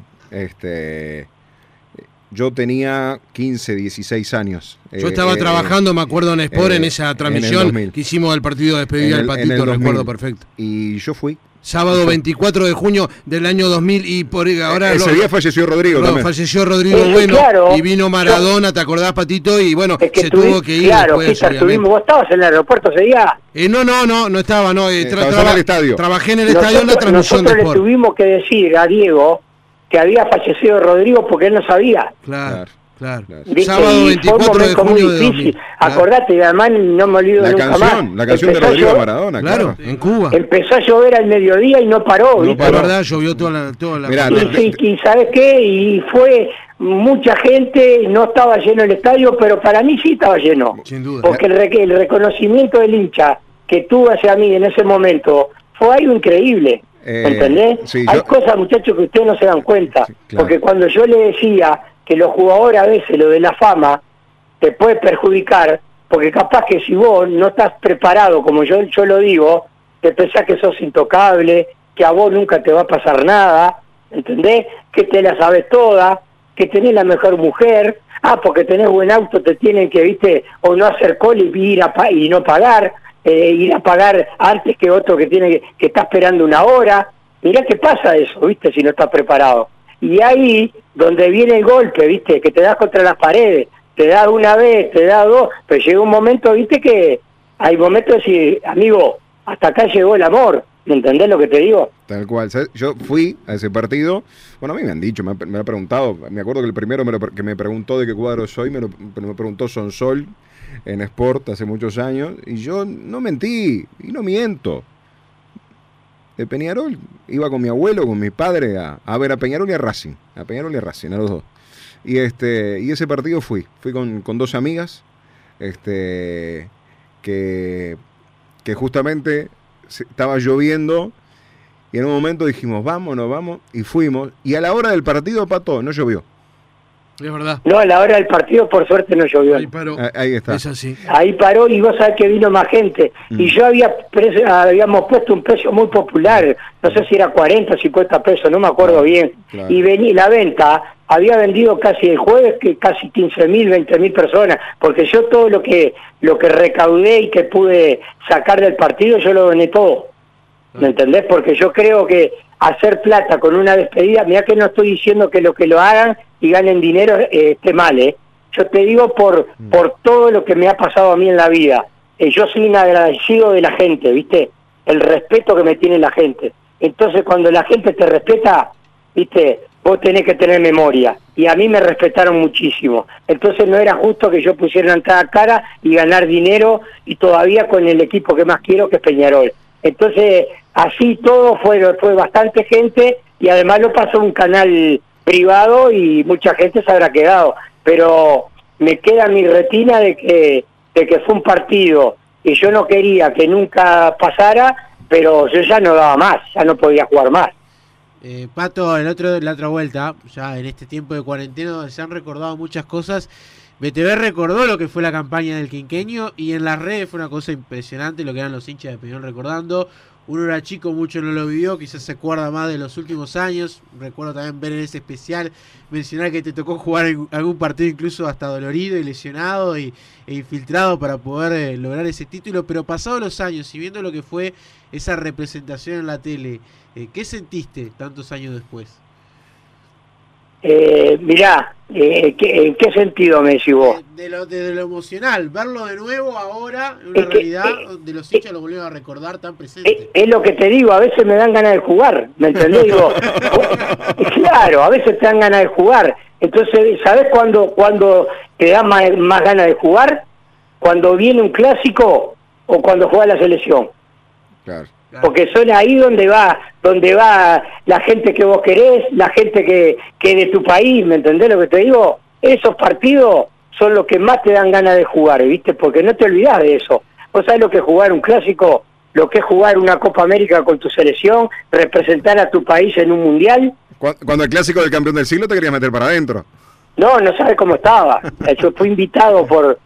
yo tenía 15, 16 años. Yo estaba trabajando, me acuerdo, en Sport, en esa transmisión que hicimos del partido de despedida del Patito, recuerdo perfecto. Y yo fui. Sábado 24 de junio del año 2000 y por ahora... Ese día falleció Rodrigo también. Falleció Rodrigo Bueno, claro, y vino Maradona, ¿te acordás, Patito? Y bueno, se tuvo que ir claro, después, ¿vos estabas en el aeropuerto ese día? No estaba, no. Estabas en el estadio. Trabajé en el estadio en la transmisión de Sport. Nosotros le tuvimos que decir a Diego que había fallecido Rodrigo porque él no sabía. Claro. ¿Viste? Sábado 24 de junio de 2000. Acordate, y además no me olvido nunca más. La canción de Rodrigo Maradona, claro. En Cuba. Empezó a llover al mediodía y no paró. No paró, verdad, llovió toda la Mirá, y ¿sabes qué? Y fue mucha gente, no estaba lleno el estadio, pero para mí sí estaba lleno. Sin duda. Porque el reconocimiento del hincha que tuvo hacia mí en ese momento fue algo increíble. ¿Entendés? Sí, hay cosas, muchachos, que ustedes no se dan cuenta. Sí, claro. Porque cuando yo le decía que los jugadores a veces lo de la fama te puede perjudicar, porque capaz que si vos no estás preparado, como yo lo digo, te pensás que sos intocable, que a vos nunca te va a pasar nada, ¿entendés? Que te la sabes toda, que tenés la mejor mujer, porque tenés buen auto, te tienen que, viste, o no hacer call y no pagar, ir a pagar antes que otro que está esperando una hora. Mirá qué pasa eso, viste, si no estás preparado. Y ahí donde viene el golpe, viste, que te das contra las paredes, te da una vez, te da dos, pero llega un momento, viste, que hay momentos de decir, amigo, hasta acá llegó el amor, ¿me entendés lo que te digo? Tal cual, ¿sabes? Yo fui a ese partido, bueno, a mí me han dicho, me han preguntado, me acuerdo que el primero que me preguntó de qué cuadro soy, me preguntó Sonsol en Sport hace muchos años, y yo no mentí, y no miento. de Peñarol. Iba con mi abuelo, con mi padre a ver a Peñarol y a Racing. A los dos. Y ese partido fui con dos amigas, que justamente estaba lloviendo, y en un momento dijimos, vamos, y fuimos, y a la hora del partido, Pato, no llovió. Es verdad. No, a la hora del partido, por suerte, no llovió. Ahí paró. Ahí está. Es así. Ahí paró, y vos sabés que vino más gente. Y yo habíamos puesto un precio muy popular, no sé si era 40 o 50 pesos, no me acuerdo bien. Claro. Y la venta había vendido casi el jueves, que casi 15.000, 20.000 personas, porque yo todo lo que recaudé y que pude sacar del partido, yo lo doné todo. ¿Me entendés? Porque yo creo que hacer plata con una despedida, mirá que no estoy diciendo que lo hagan y ganen dinero esté mal, ¿eh? Yo te digo por todo lo que me ha pasado a mí en la vida. Yo soy un agradecido de la gente, ¿viste? El respeto que me tiene la gente. Entonces, cuando la gente te respeta, ¿viste? Vos tenés que tener memoria. Y a mí me respetaron muchísimo. Entonces no era justo que yo pusiera una entrada cara y ganar dinero, y todavía con el equipo que más quiero, que es Peñarol. Entonces, así todo fue bastante gente, y además lo pasó un canal privado y mucha gente se habrá quedado. Pero me queda mi retina de que fue un partido que yo no quería que nunca pasara, pero yo ya no daba más, ya no podía jugar más. Pato, la otra vuelta, ya en este tiempo de cuarentena, se han recordado muchas cosas. BTV recordó lo que fue la campaña del quinquenio, y en las redes fue una cosa impresionante lo que eran los hinchas de Peñarol recordando. Uno era chico, mucho no lo vivió, quizás se acuerda más de los últimos años. Recuerdo también ver en ese especial mencionar que te tocó jugar en algún partido incluso hasta dolorido y lesionado e infiltrado para poder lograr ese título. Pero pasados los años y viendo lo que fue esa representación en la tele, ¿qué sentiste tantos años después? Mirá, ¿en qué sentido me decís vos? De lo emocional, verlo de nuevo ahora, en una realidad donde los hinchas lo volvieron a recordar tan presente. Es lo que te digo, a veces me dan ganas de jugar, ¿me entendés? Digo, claro, a veces te dan ganas de jugar. Entonces, ¿sabés cuándo te da más ganas de jugar? Cuando viene un clásico o cuando juega la selección. Claro. Porque son ahí donde va la gente que vos querés, la gente que de tu país, ¿me entendés lo que te digo? Esos partidos son los que más te dan ganas de jugar, ¿viste? Porque no te olvidás de eso. Vos sabés lo que es jugar un clásico, lo que es jugar una Copa América con tu selección, representar a tu país en un mundial. Cuando el clásico del campeón del siglo te querías meter para adentro. No sabes cómo estaba. Yo fui invitado por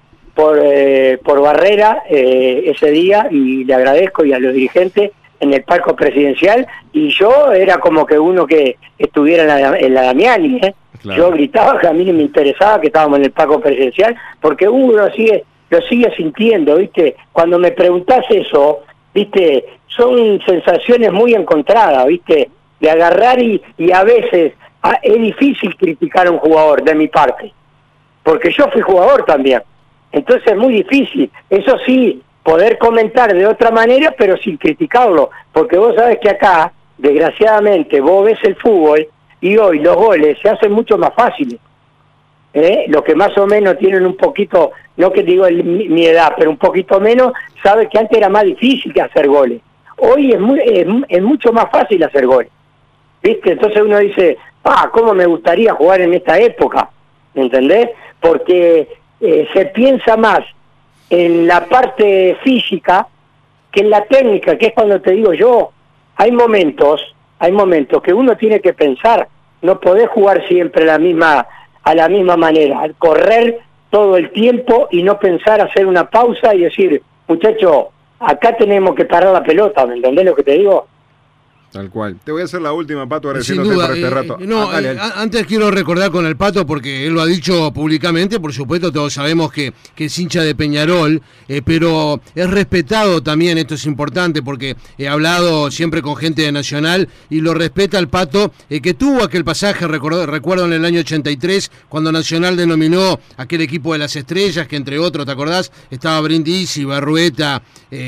Barrera ese día, y le agradezco, y a los dirigentes, en el palco presidencial, y yo era como que uno que estuviera en la Damiani, ¿eh? Claro. Yo gritaba, que a mí no me interesaba que estábamos en el palco presidencial, porque uno lo sigue sintiendo, ¿viste? Cuando me preguntás eso, ¿viste? Son sensaciones muy encontradas, ¿viste? De agarrar y a veces es difícil criticar a un jugador de mi parte, porque yo fui jugador también. Entonces es muy difícil, eso sí, poder comentar de otra manera, pero sin criticarlo, porque vos sabés que acá, desgraciadamente, vos ves el fútbol y hoy los goles se hacen mucho más fáciles. Los que más o menos tienen un poquito, no que digo mi edad, pero un poquito menos, sabe que antes era más difícil que hacer goles. Hoy es mucho más fácil hacer goles, ¿viste? Entonces uno dice, ¿cómo me gustaría jugar en esta época? ¿Entendés? Porque se piensa más en la parte física que en la técnica, que es cuando te digo yo, hay momentos que uno tiene que pensar, no podés jugar siempre a la misma manera, correr todo el tiempo y no pensar, hacer una pausa y decir, muchacho, acá tenemos que parar la pelota, ¿me entendés lo que te digo? Tal cual. Te voy a hacer la última, Pato, agradeciéndote por este rato. Dale. Antes quiero recordar con el Pato, porque él lo ha dicho públicamente, por supuesto, todos sabemos que es hincha de Peñarol, pero es respetado también, esto es importante, porque he hablado siempre con gente de Nacional, y lo respeta el Pato, que tuvo aquel pasaje, recuerdo en el año 83, cuando Nacional denominó aquel equipo de las estrellas, que entre otros, ¿te acordás? Estaba Brindisi, Barrueta,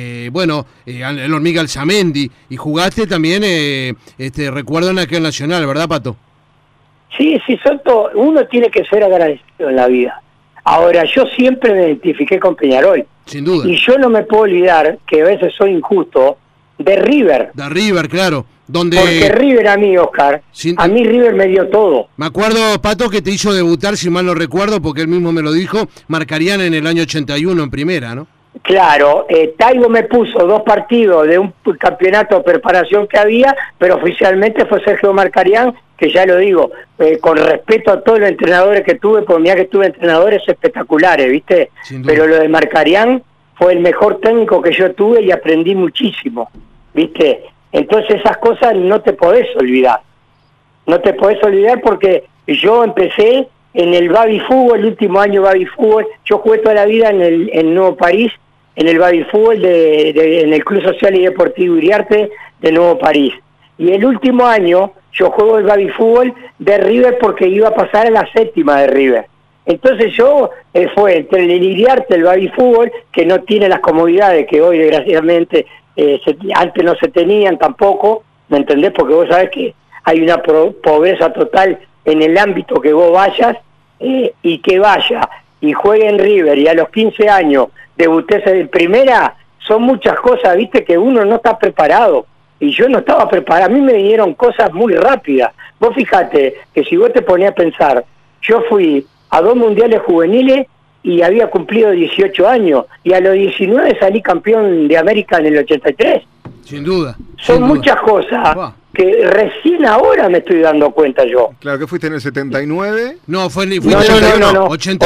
el Hormiga Alzamendi, y jugaste también recuerdo en aquel Nacional, ¿verdad, Pato? Sí, uno tiene que ser agradecido en la vida. Ahora, yo siempre me identifiqué con Peñarol. Sin duda. Y yo no me puedo olvidar, que a veces soy injusto, De River. De River, claro. Porque River a mí, Oscar, a mí River me dio todo. Me acuerdo, Pato, que te hizo debutar, si mal no recuerdo, porque él mismo me lo dijo, Marcarián en el año 81 en primera, ¿no? Claro, Taibo me puso 2 partidos de un campeonato de preparación que había, pero oficialmente fue Sergio Marcarián, que ya lo digo, con respeto a todos los entrenadores que tuve, porque mira que tuve entrenadores espectaculares, ¿viste? Pero lo de Marcarián fue el mejor técnico que yo tuve y aprendí muchísimo, ¿viste? Entonces esas cosas no te podés olvidar. No te podés olvidar porque yo empecé en el Baby Fútbol, el último año Baby Fútbol. Yo jugué toda la vida en Nuevo París, en el Baby Fútbol, en el Club Social y Deportivo Iriarte de Nuevo París. Y el último año yo juego el Baby Fútbol de River porque iba a pasar a la 7ª de River. Entonces yo fue entre el Iriarte, el Baby Fútbol, que no tiene las comodidades que hoy desgraciadamente antes no se tenían tampoco, ¿me entendés? Porque vos sabés que hay una pobreza total en el ámbito que vos vayas, y que vaya y juegue en River y a los 15 años debutés en primera, son muchas cosas, viste, que uno no está preparado, y yo no estaba preparado. A mí me vinieron cosas muy rápidas. Vos fíjate que si vos te ponías a pensar, yo fui a 2 mundiales juveniles y había cumplido 18 años, y a los 19 salí campeón de América en el 83. Sin duda. Son muchas cosas que recién ahora me estoy dando cuenta yo. Claro, que fuiste en el 79. No, fue en el 81.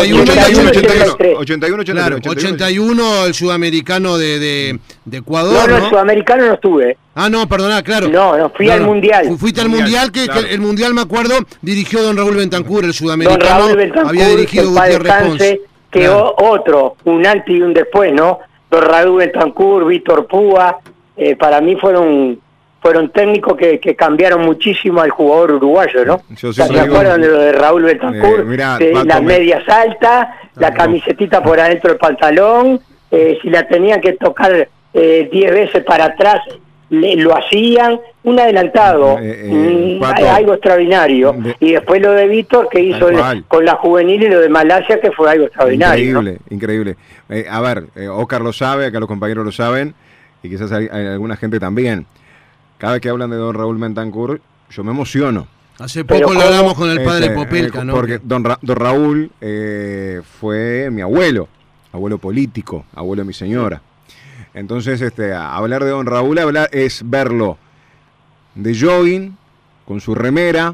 81 el sudamericano de Ecuador. No, el sudamericano no estuve. Ah, no, perdona, claro. No, fui al mundial. Fuiste al mundial, que el mundial, me acuerdo, dirigió don Raúl Bentancur, el sudamericano. Don Raúl Bentancur, había dirigido Gutiérrez Ponce. Que otro, un antes y un después, ¿no? Don Raúl Bentancur, Víctor Púa, para mí fueron técnicos que cambiaron muchísimo al jugador uruguayo, ¿no? ¿Se acuerdan de lo de Raúl Bentancur? Las medias altas, la camisetita por adentro del pantalón, si la tenían que tocar 10 veces para atrás, lo hacían, un adelantado, algo extraordinario. Y después lo de Víctor, que hizo con la juvenil, y lo de Malasia, que fue algo extraordinario. Increíble. A ver, Oscar lo sabe, acá los compañeros lo saben, y quizás hay alguna gente también. Cada vez que hablan de don Raúl Bentancur, yo me emociono. Hace poco lo hablamos con el padre Popelka, ¿no? Porque don Raúl fue mi abuelo político, abuelo de mi señora. Entonces, hablar de don Raúl, es verlo de jogging, con su remera.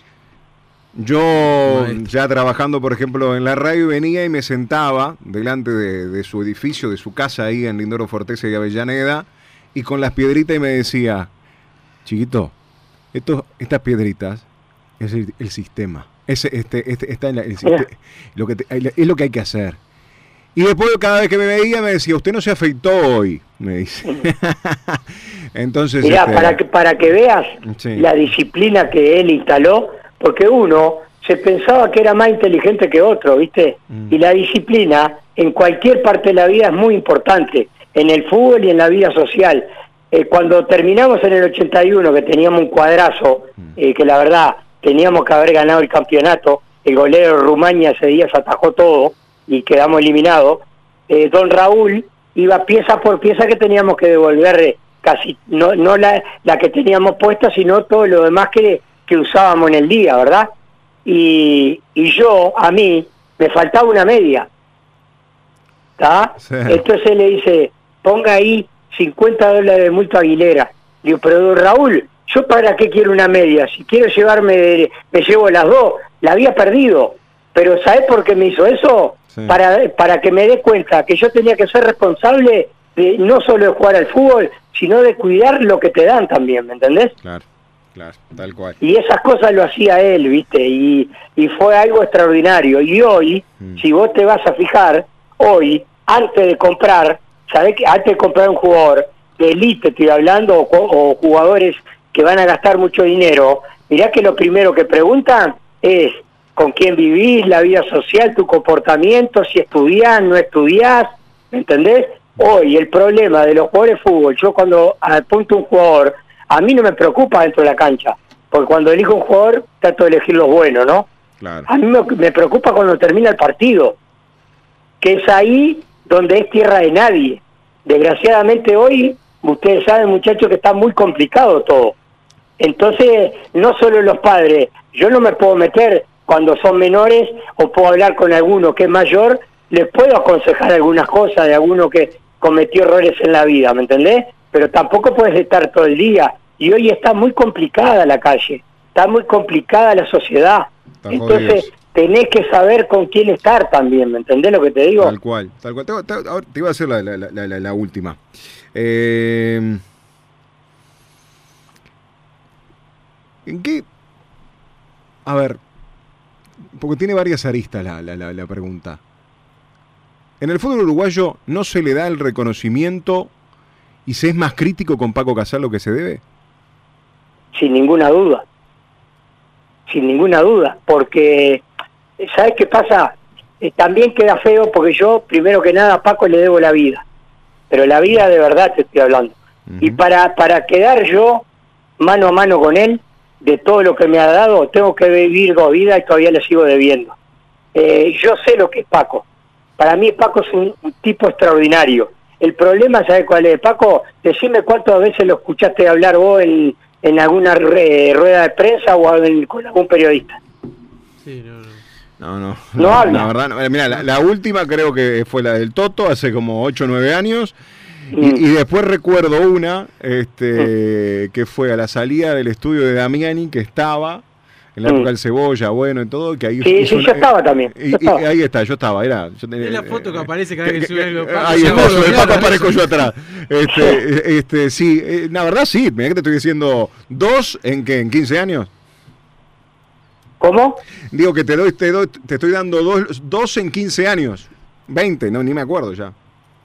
Yo ya trabajando, por ejemplo, en la radio, venía y me sentaba delante de su edificio, de su casa ahí en Lindoro Forteza y Avellaneda, y con las piedritas, y me decía: chiquito, estas piedritas es el sistema. Está en el sistema. Es lo que hay que hacer. Y después, cada vez que me veía, me decía: usted no se afeitó hoy, me dice. Entonces, mirá, para que veas la disciplina que él instaló, porque uno se pensaba que era más inteligente que otro, ¿viste? Y la disciplina en cualquier parte de la vida es muy importante, en el fútbol y en la vida social. Cuando terminamos en el 81, que teníamos un cuadrazo, que la verdad teníamos que haber ganado el campeonato, el golero Rumania ese día se atajó todo y quedamos eliminados, don Raúl iba pieza por pieza que teníamos que devolver, casi no la que teníamos puesta, sino todo lo demás que usábamos en el día, ¿verdad? Y a mí me faltaba una media, ¿está? Sí. Entonces él le dice: ponga ahí $50 de multa a Aguilera. Digo: pero don Raúl, ¿yo para qué quiero una media? Si quiero llevarme, me llevo las dos. La había perdido. Pero ¿sabés por qué me hizo eso? Sí. Para que me dé cuenta que yo tenía que ser responsable de no solo de jugar al fútbol, sino de cuidar lo que te dan también, ¿me entendés? Claro, tal cual. Y esas cosas lo hacía él, ¿viste? Y fue algo extraordinario. Y hoy, si vos te vas a fijar, hoy, antes de comprar, ¿sabés que antes de comprar un jugador de élite, estoy hablando, o jugadores que van a gastar mucho dinero, mirá que lo primero que preguntan es con quién vivís, la vida social, tu comportamiento, si estudiás, no estudiás, ¿me entendés? Hoy el problema de los jugadores de fútbol, yo cuando apunto un jugador, a mí no me preocupa dentro de la cancha, porque cuando elijo un jugador trato de elegir los buenos, ¿no? Claro. A mí me preocupa cuando termina el partido, que es ahí donde es tierra de nadie. Desgraciadamente hoy ustedes saben, muchachos, que está muy complicado todo. Entonces, no solo los padres, yo no me puedo meter cuando son menores, o puedo hablar con alguno que es mayor, les puedo aconsejar algunas cosas de alguno que cometió errores en la vida, ¿me entendés? Pero tampoco puedes estar todo el día, y hoy está muy complicada la calle, está muy complicada la sociedad, entonces tenés que saber con quién estar también, ¿me entendés lo que te digo? Tal cual. Ahora te iba a hacer la última. ¿En qué? A ver, porque tiene varias aristas la pregunta. En el fútbol uruguayo no se le da el reconocimiento y se es más crítico con Paco Casal lo que se debe. Sin ninguna duda, porque ¿sabes qué pasa? También queda feo porque yo, primero que nada, a Paco le debo la vida, pero la vida de verdad te estoy hablando. Y para quedar yo mano a mano con él, de todo lo que me ha dado, tengo que vivir 2 vidas y todavía le sigo debiendo. Yo sé lo que es Paco. Para mí Paco es un tipo extraordinario. El problema, ¿sabes cuál es, Paco? Decime cuántas veces lo escuchaste hablar vos en alguna rueda de prensa o con algún periodista. Sí, no habla. La verdad, no. Mira, la última creo que fue la del Toto, hace como 8 o 9 años. Y después recuerdo una que fue a la salida del estudio de Damiani, que estaba en la época del Cebolla, bueno, y todo, que ahí sí, yo estaba también. Ahí está, yo estaba. Es la foto que aparece cada vez que sube algo. Ahí está, el Paco aparezco yo atrás. Sí, la verdad sí, mira que te estoy diciendo, 2 en 15 años. ¿Cómo? Digo que te estoy dando 2 en 15 años. 20, no, ni me acuerdo ya.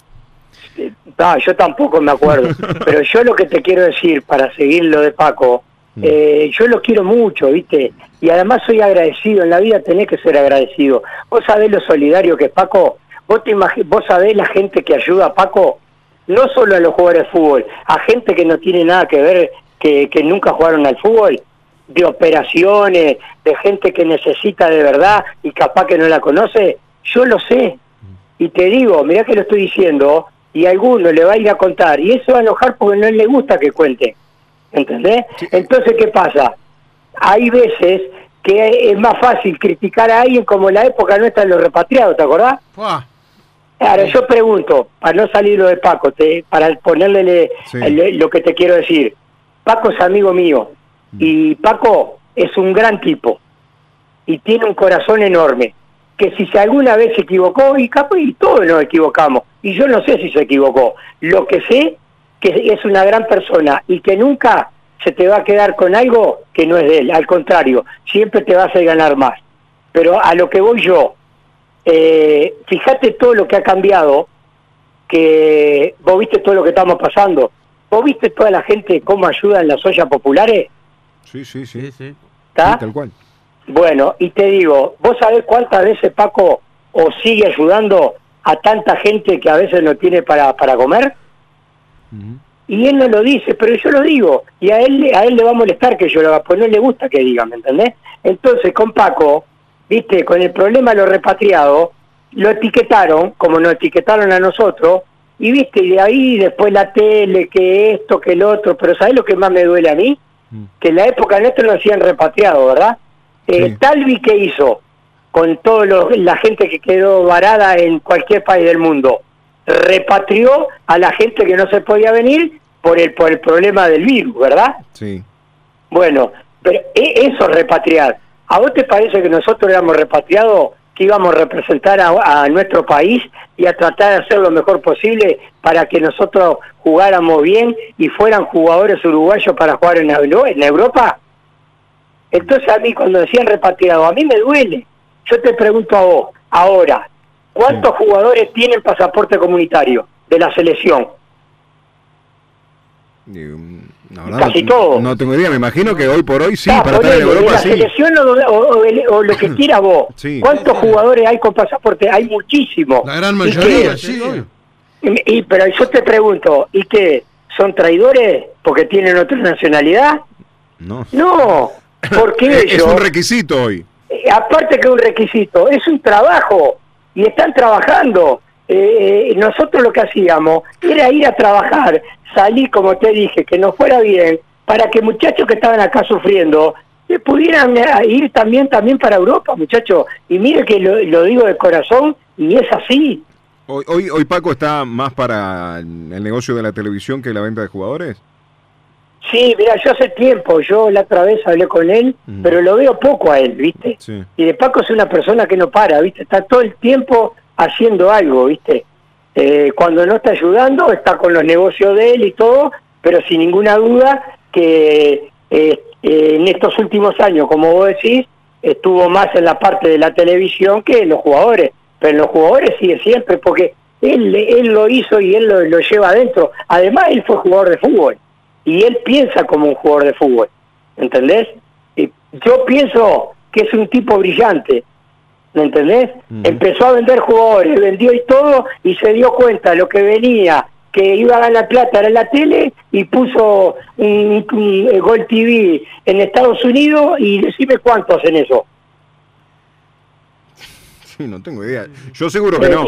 No, yo tampoco me acuerdo, pero yo lo que te quiero decir, para seguir lo de Paco, yo lo quiero mucho, ¿viste? Y además soy agradecido, en la vida tenés que ser agradecido. Vos sabés lo solidario que es Paco, vos sabés la gente que ayuda a Paco, no solo a los jugadores de fútbol, a gente que no tiene nada que ver, que nunca jugaron al fútbol, de operaciones, de gente que necesita de verdad y capaz que no la conoce, yo lo sé. Y te digo, mirá que lo estoy diciendo, y a alguno le va a ir a contar, y eso va a enojar porque no le gusta que cuente, ¿entendés? Sí. Entonces, ¿qué pasa? Hay veces que es más fácil criticar a alguien como en la época nuestra de los repatriados, ¿te acordás? Ahora, yo pregunto, para no salir lo de Paco, para ponerle lo que te quiero decir, Paco es amigo mío, y Paco es un gran tipo, y tiene un corazón enorme, que si alguna vez se equivocó, y capaz y todos nos equivocamos, y yo no sé si se equivocó, lo que sé que es una gran persona, y que nunca se te va a quedar con algo que no es de él, al contrario, siempre te vas a ganar más. Pero a lo que voy yo, fíjate todo lo que ha cambiado, que vos viste todo lo que estamos pasando, vos viste toda la gente cómo ayuda en las ollas populares. Sí. ¿Está? Sí, tal cual. Bueno, y te digo, ¿vos sabés cuántas veces Paco sigue ayudando a tanta gente que a veces no tiene para comer? Y él no lo dice, pero yo lo digo, y a él le va a molestar que yo lo haga, pues no le gusta que diga, ¿me entendés? Entonces con Paco, viste, con el problema de los repatriados, lo etiquetaron, como nos etiquetaron a nosotros, y viste, y de ahí después la tele, que esto, que el otro, pero ¿sabés lo que más me duele a mí? Que en la época nuestra lo hacían repatriado, ¿verdad? Sí. Talvi, ¿qué hizo? Con toda la gente que quedó varada en cualquier país del mundo, repatrió a la gente que no se podía venir por el problema del virus, ¿verdad? Sí. Bueno, pero eso es repatriar. ¿A vos te parece que nosotros éramos repatriados, que íbamos a representar a nuestro país y a tratar de hacer lo mejor posible para que nosotros jugáramos bien y fueran jugadores uruguayos para jugar en Europa? Entonces a mí cuando decían repatriado, a mí me duele. Yo te pregunto a vos, ahora, ¿cuántos jugadores tienen pasaporte comunitario de la selección? Casi todos. No tengo idea, me imagino que hoy por hoy sí, para estar en Europa de la sí. Selección o lo que quieras vos. Sí. ¿Cuántos jugadores hay con pasaporte? Hay muchísimos. La gran mayoría, sí. Pero yo te pregunto, ¿y qué? ¿Son traidores porque tienen otra nacionalidad? No, porque ellos... Es un requisito hoy. Aparte que es un requisito, es un trabajo, y están trabajando, nosotros lo que hacíamos era ir a trabajar, salir, como te dije, que nos fuera bien, para que muchachos que estaban acá sufriendo pudieran ir también para Europa, muchachos. Y mire que lo digo de corazón, y es así. Hoy Paco está más para el negocio de la televisión que la venta de jugadores. Sí, mira, yo hace tiempo, yo la otra vez hablé con él, pero lo veo poco a él, ¿viste? Sí. Y de Paco es una persona que no para, ¿viste? Está todo el tiempo haciendo algo, ¿viste? Cuando no está ayudando, está con los negocios de él y todo, pero sin ninguna duda que en estos últimos años, como vos decís, estuvo más en la parte de la televisión que en los jugadores, pero en los jugadores sigue siempre, porque él lo hizo y él lo lleva adentro. Además, él fue jugador de fútbol, y él piensa como un jugador de fútbol, ¿entendés? Y yo pienso que es un tipo brillante, ¿me entendés? Empezó a vender jugadores, vendió y todo, y se dio cuenta lo que venía, que iba a ganar plata era la tele, y puso un Gol TV en Estados Unidos, y decime cuánto hacen eso. Sí, no tengo idea. Yo seguro que no.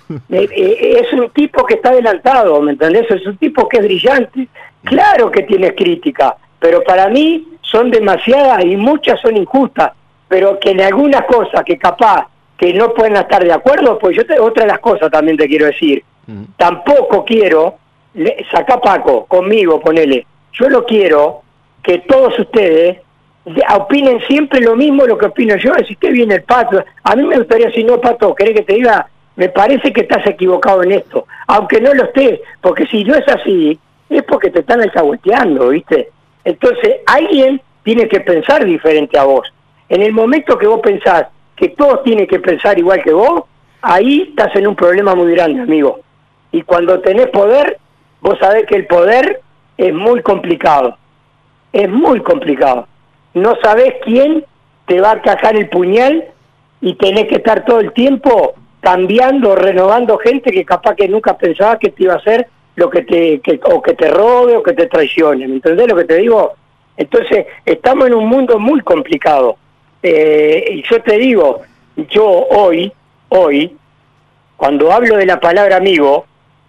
Es un tipo que está adelantado, ¿me entendés? Es un tipo que es brillante. Claro que tienes crítica, pero para mí son demasiadas y muchas son injustas, pero que en algunas cosas que capaz que no pueden estar de acuerdo, pues otra de las cosas también te quiero decir. Tampoco quiero, saca Paco, conmigo, ponele, yo no quiero que todos ustedes opinen siempre lo mismo lo que opino yo, decir que viene el Pato. A mí me gustaría, si no, Pato, ¿querés que te diga? Me parece que estás equivocado en esto, aunque no lo estés, porque si no es así, es porque te están alcahueteando, ¿viste? Entonces, alguien tiene que pensar diferente a vos. En el momento que vos pensás que todos tienen que pensar igual que vos, ahí estás en un problema muy grande, amigo. Y cuando tenés poder, vos sabés que el poder es muy complicado. Es muy complicado. No sabés quién te va a cajar el puñal y tenés que estar todo el tiempo cambiando, renovando gente que capaz que nunca pensabas que te iba a hacer lo que o que te robe o que te traicione. ¿Me entendés lo que te digo? Entonces, estamos en un mundo muy complicado. Y yo te digo, yo hoy, cuando hablo de la palabra amigo,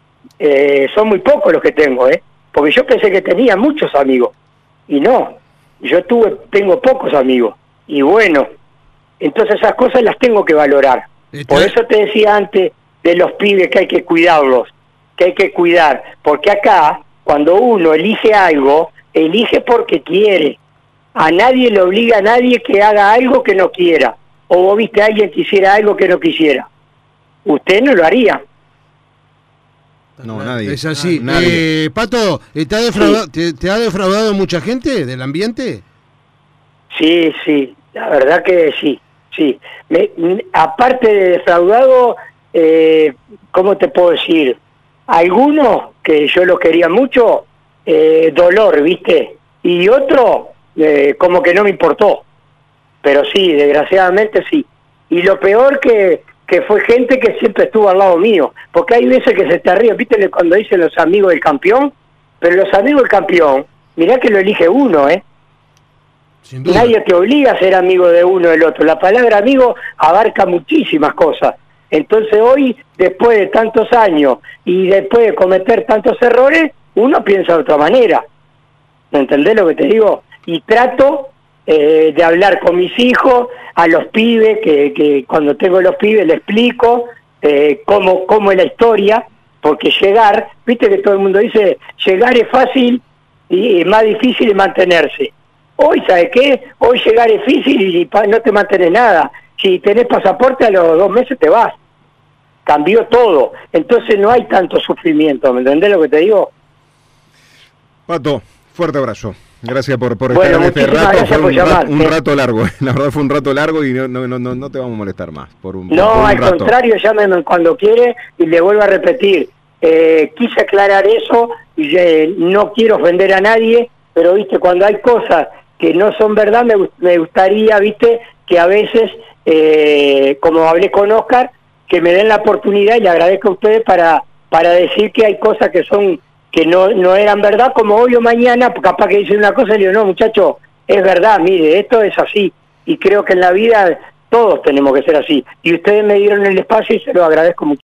son muy pocos los que tengo, porque yo pensé que tenía muchos amigos, y no, yo tengo pocos amigos, y bueno, entonces esas cosas las tengo que valorar. Por eso te decía antes de los pibes que hay que cuidarlos, que hay que cuidar, porque acá, cuando uno elige algo, elige porque quiere. A nadie le obliga a nadie que haga algo que no quiera, o vos viste a alguien que hiciera algo que no quisiera. Usted no lo haría. No, nadie. Es así. Nadie. Pato, ¿te ha defraudado mucha gente del ambiente? Sí, la verdad que sí. Aparte de defraudado, ¿cómo te puedo decir? Algunos, que yo los quería mucho, dolor, ¿viste? Y otro, como que no me importó. Pero sí, desgraciadamente sí. Y lo peor que fue gente que siempre estuvo al lado mío, porque hay veces que se te ríen, ¿viste? Cuando dicen los amigos del campeón, pero los amigos del campeón, mirá que lo elige uno, Sin duda. Nadie te obliga a ser amigo de uno o del otro. La palabra amigo abarca muchísimas cosas. Entonces hoy, después de tantos años y después de cometer tantos errores, uno piensa de otra manera. ¿Me entendés lo que te digo? Y trato de hablar con mis hijos, a los pibes, que cuando tengo los pibes les explico cómo es la historia, porque llegar, viste que todo el mundo dice, llegar es fácil y es más difícil de mantenerse. Hoy, ¿sabes qué? Hoy llegar es difícil y no te mantienes nada. Si tenés pasaporte, a los 2 meses te vas. Cambió todo. Entonces no hay tanto sufrimiento, ¿me entendés lo que te digo? Pato, fuerte abrazo. Gracias por Bueno, estar en este rato. gracias por llamar. Un rato largo. La verdad fue un rato largo y no te vamos a molestar más. Por un al rato. contrario, llámenme cuando quiere y le vuelvo a repetir. Quise aclarar eso y no quiero ofender a nadie, pero viste, cuando hay cosas que no son verdad, me gustaría, viste, que a veces, como hablé con Oscar, que me den la oportunidad, y le agradezco a ustedes para decir que hay cosas que no eran verdad, como hoy o mañana, capaz que dicen una cosa y le digo, no, muchacho, es verdad, mire, esto es así, y creo que en la vida todos tenemos que ser así, y ustedes me dieron el espacio y se lo agradezco mucho.